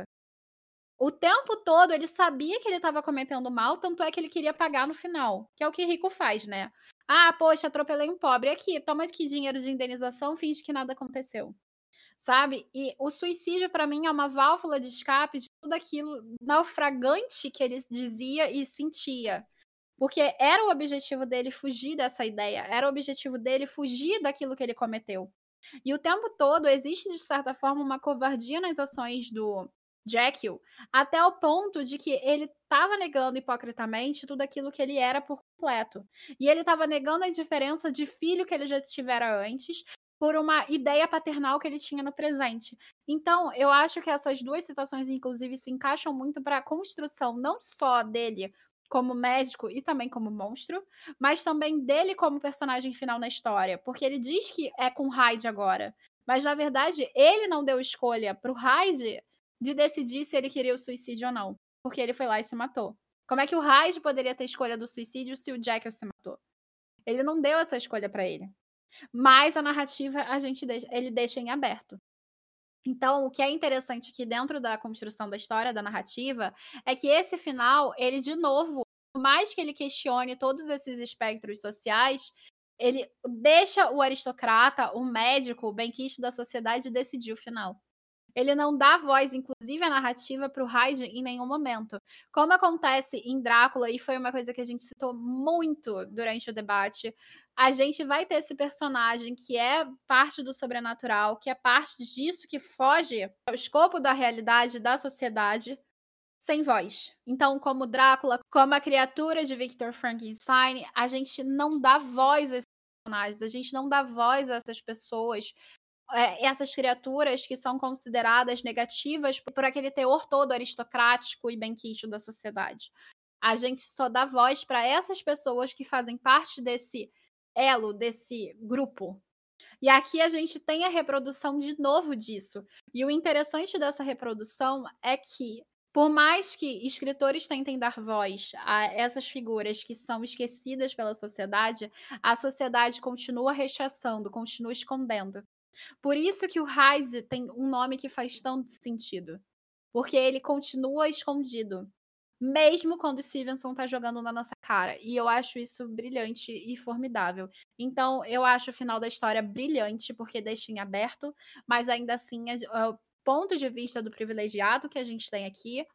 O tempo todo ele sabia que ele estava cometendo mal, tanto é que ele queria pagar no final, que é o que rico faz, né? Ah, poxa, atropelei um pobre. Aqui, toma aqui dinheiro de indenização, finge que nada aconteceu. Sabe? E o suicídio, para mim, é uma válvula de escape de tudo aquilo naufragante que ele dizia e sentia. Porque era o objetivo dele fugir dessa ideia, era o objetivo dele fugir daquilo que ele cometeu. E o tempo todo existe, de certa forma, uma covardia nas ações do Jekyll, até o ponto de que ele estava negando hipocritamente tudo aquilo que ele era por completo. E ele estava negando a indiferença de filho que ele já tivera antes por uma ideia paternal que ele tinha no presente. Então, eu acho que essas duas citações, inclusive, se encaixam muito para a construção não só dele como médico e também como monstro, mas também dele como personagem final na história, porque ele diz que é com Hyde agora, mas na verdade ele não deu escolha pro Hyde de decidir se ele queria o suicídio ou não, porque ele foi lá e se matou. Como é que o Hyde poderia ter escolha do suicídio se o Jekyll se matou? Ele não deu essa escolha para ele. Mas a narrativa a gente deixa, ele deixa em aberto. Então, o que é interessante aqui dentro da construção da história, da narrativa, é que esse final, ele de novo, por mais que ele questione todos esses espectros sociais, ele deixa o aristocrata, o médico, o benquisto da sociedade decidir o final. Ele não dá voz, inclusive, à narrativa para o Hyde em nenhum momento. Como acontece em Drácula, e foi uma coisa que a gente citou muito durante o debate, a gente vai ter esse personagem que é parte do sobrenatural, que é parte disso que foge ao escopo da realidade da sociedade, sem voz. Então, como Drácula, como a criatura de Victor Frankenstein, a gente não dá voz a esses personagens, a gente não dá voz a essas pessoas, é, essas criaturas que são consideradas negativas por aquele teor todo aristocrático e benquisto da sociedade. A gente só dá voz para essas pessoas que fazem parte desse elo, desse grupo. E aqui a gente tem a reprodução de novo disso. E o interessante dessa reprodução é que, por mais que escritores tentem dar voz a essas figuras que são esquecidas pela sociedade, a sociedade continua rechaçando, continua escondendo. Por isso que o Hyde tem um nome que faz tanto sentido. Porque ele continua escondido. Mesmo quando o Stevenson tá jogando na nossa cara. E eu acho isso brilhante e formidável. Então, eu acho o final da história brilhante, porque deixa em aberto, mas ainda assim, é o ponto de vista do privilegiado que a gente tem aqui.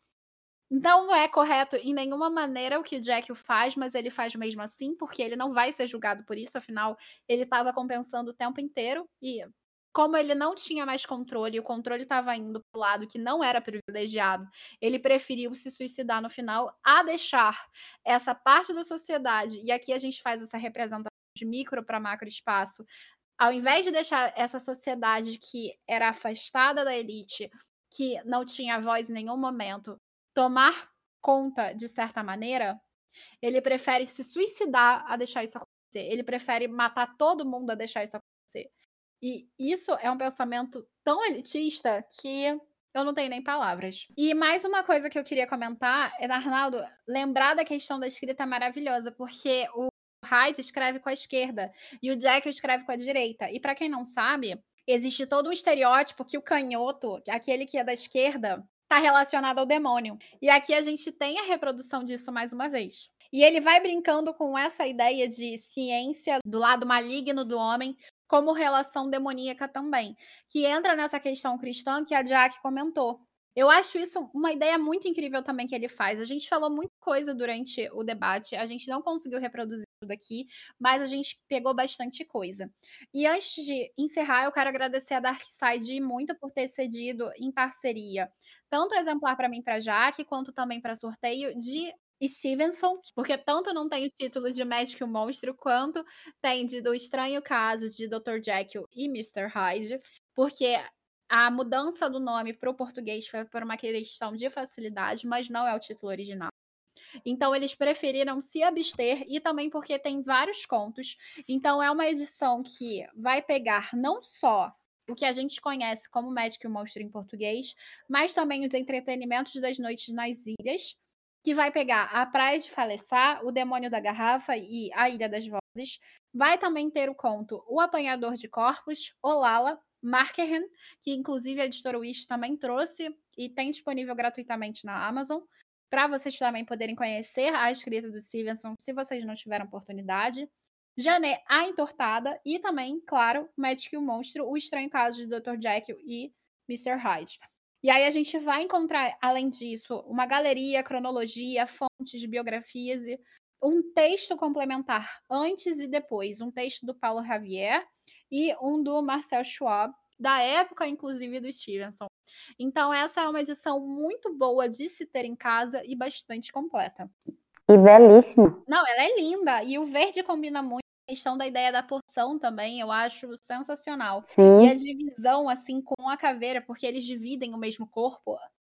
Não é correto em nenhuma maneira o que o Jack faz, mas ele faz mesmo assim, porque ele não vai ser julgado por isso, afinal, ele estava compensando o tempo inteiro. E como ele não tinha mais controle, e o controle estava indo pro lado que não era privilegiado, ele preferiu se suicidar no final a deixar essa parte da sociedade, e aqui a gente faz essa representação de micro para macro espaço, ao invés de deixar essa sociedade que era afastada da elite, que não tinha voz em nenhum momento, tomar conta de certa maneira, ele prefere se suicidar a deixar isso acontecer. Ele prefere matar todo mundo a deixar isso acontecer. E isso é um pensamento tão elitista que eu não tenho nem palavras. E mais uma coisa que eu queria comentar é, Arnaldo, lembrar da questão da escrita maravilhosa, porque o Hyde escreve com a esquerda e o Jack escreve com a direita. E para quem não sabe, existe todo um estereótipo que o canhoto, aquele que é da esquerda, está relacionado ao demônio. E aqui a gente tem a reprodução disso mais uma vez. E ele vai brincando com essa ideia de ciência do lado maligno do homem como relação demoníaca também, que entra nessa questão cristã que a Jack comentou. Eu acho isso uma ideia muito incrível também que ele faz. A gente falou muita coisa durante o debate, a gente não conseguiu reproduzir tudo aqui, mas a gente pegou bastante coisa. E antes de encerrar, eu quero agradecer a Darkside muito por ter cedido em parceria tanto o exemplar para mim, para Jaque, quanto também para sorteio de Stevenson, porque tanto não tem o título de Médico e o Monstro, quanto tem de Do Estranho Caso de doutor Jekyll e mister Hyde, porque a mudança do nome para o português foi por uma questão de facilidade, mas não é o título original. Então, eles preferiram se abster, e também porque tem vários contos. Então, é uma edição que vai pegar não só o que a gente conhece como Médico e o Monstro em português, mas também os entretenimentos das noites nas ilhas, que vai pegar a Praia de Falessá, o Demônio da Garrafa e a Ilha das Vozes. Vai também ter o conto O Apanhador de Corpos, Olala, Markeren, que inclusive a editora Wish também trouxe e tem disponível gratuitamente na Amazon, para vocês também poderem conhecer a escrita do Stevenson, se vocês não tiveram oportunidade. Janet, a Entortada, e também, claro, Médico e o Monstro, O Estranho Caso de doutor Jekyll e mister Hyde. E aí a gente vai encontrar, além disso, uma galeria, cronologia, fontes, biografias e um texto complementar antes e depois. Um texto do Paulo Xavier e um do Marcel Schwab, da época, inclusive, do Stevenson. Então, essa é uma edição muito boa de se ter em casa e bastante completa. E belíssima. Não, ela é linda. E o verde combina muito. A questão da ideia da porção também, eu acho sensacional. Sim. E a divisão, assim, com a caveira, porque eles dividem o mesmo corpo.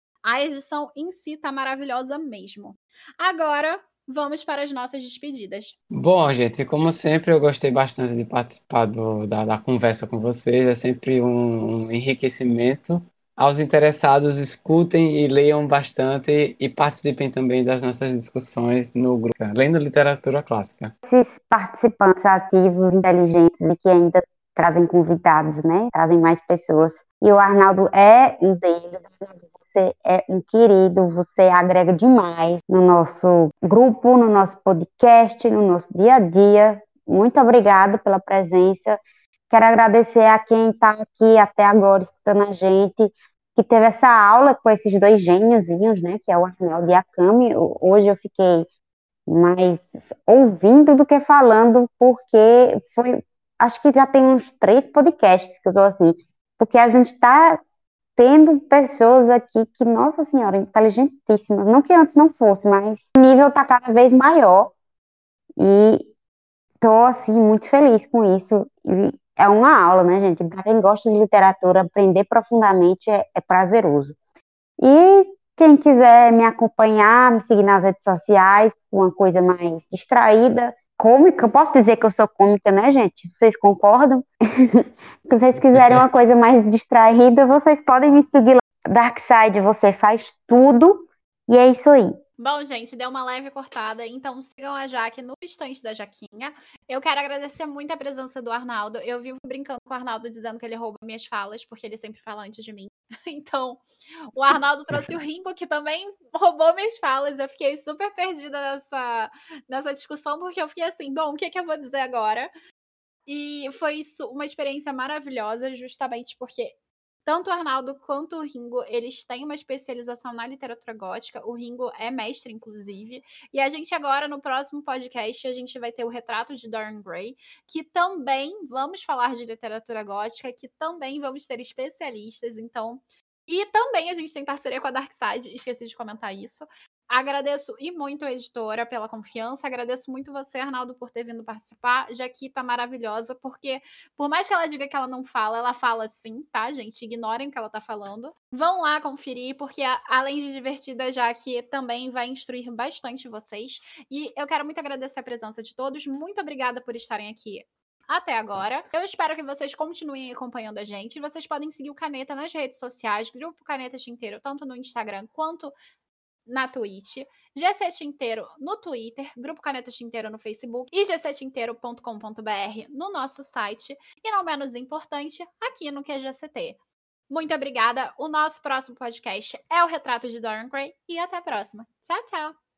A edição em si tá maravilhosa mesmo. Agora, vamos para as nossas despedidas. Bom, gente, como sempre, eu gostei bastante de participar do, da, da conversa com vocês. É sempre um, um enriquecimento. Aos interessados, escutem e leiam bastante e participem também das nossas discussões no grupo Lendo Literatura Clássica. Esses participantes ativos, inteligentes e que ainda trazem convidados, né? Trazem mais pessoas. E o Arnaldo é um deles. Você é um querido, você agrega demais no nosso grupo, no nosso podcast, no nosso dia a dia. Muito obrigada pela presença. Quero agradecer a quem está aqui até agora escutando a gente, que teve essa aula com esses dois gêniozinhos, né, que é o Arnaldo e a Cami. Hoje eu fiquei mais ouvindo do que falando, porque foi, acho que já tem uns três podcasts que eu estou assim, porque a gente está tendo pessoas aqui que, nossa senhora, inteligentíssimas. Não que antes não fosse, mas o nível tá cada vez maior. E tô, assim, muito feliz com isso. E é uma aula, né, gente? Para quem gosta de literatura, aprender profundamente é, é prazeroso. E quem quiser me acompanhar, me seguir nas redes sociais, uma coisa mais distraída, cômica, eu posso dizer que eu sou cômica, né, gente? Vocês concordam? Se vocês quiserem uma coisa mais distraída, vocês podem me seguir lá. Darkside, você faz tudo, e é isso aí. Bom, gente, deu uma leve cortada, então sigam a Jaque no estante da Jaquinha. Eu quero agradecer muito a presença do Arnaldo. Eu vivo brincando com o Arnaldo, dizendo que ele rouba minhas falas, porque ele sempre fala antes de mim. Então, o Arnaldo trouxe o Ringo, que também roubou minhas falas. Eu fiquei super perdida nessa, nessa discussão, porque eu fiquei assim, bom, o que, é que eu vou dizer agora? E foi uma experiência maravilhosa, justamente porque tanto o Arnaldo quanto o Ringo, eles têm uma especialização na literatura gótica. O Ringo é mestre, inclusive. E a gente agora, no próximo podcast, a gente vai ter o retrato de Dorian Gray, que também vamos falar de literatura gótica, que também vamos ter especialistas, então... E também a gente tem parceria com a Darkside, esqueci de comentar isso. Agradeço e muito a editora pela confiança, agradeço muito você, Arnaldo, por ter vindo participar. Jaque tá maravilhosa, porque por mais que ela diga que ela não fala, ela fala sim, tá, gente? Ignorem o que ela tá falando. Vão lá conferir, porque além de divertida, a Jaque também vai instruir bastante vocês. E eu quero muito agradecer a presença de todos. Muito obrigada por estarem aqui até agora. Eu espero que vocês continuem acompanhando a gente. Vocês podem seguir o Caneta nas redes sociais, Grupo Caneta Tinteiro, tanto no Instagram quanto na Twitch, G C Tinteiro no Twitter, Grupo Caneta Tinteiro no Facebook e g c tinteiro ponto com ponto b r no nosso site. E não menos importante, aqui no Q G C T. Muito obrigada. O nosso próximo podcast é o Retrato de Dorian Gray e até a próxima. Tchau, tchau!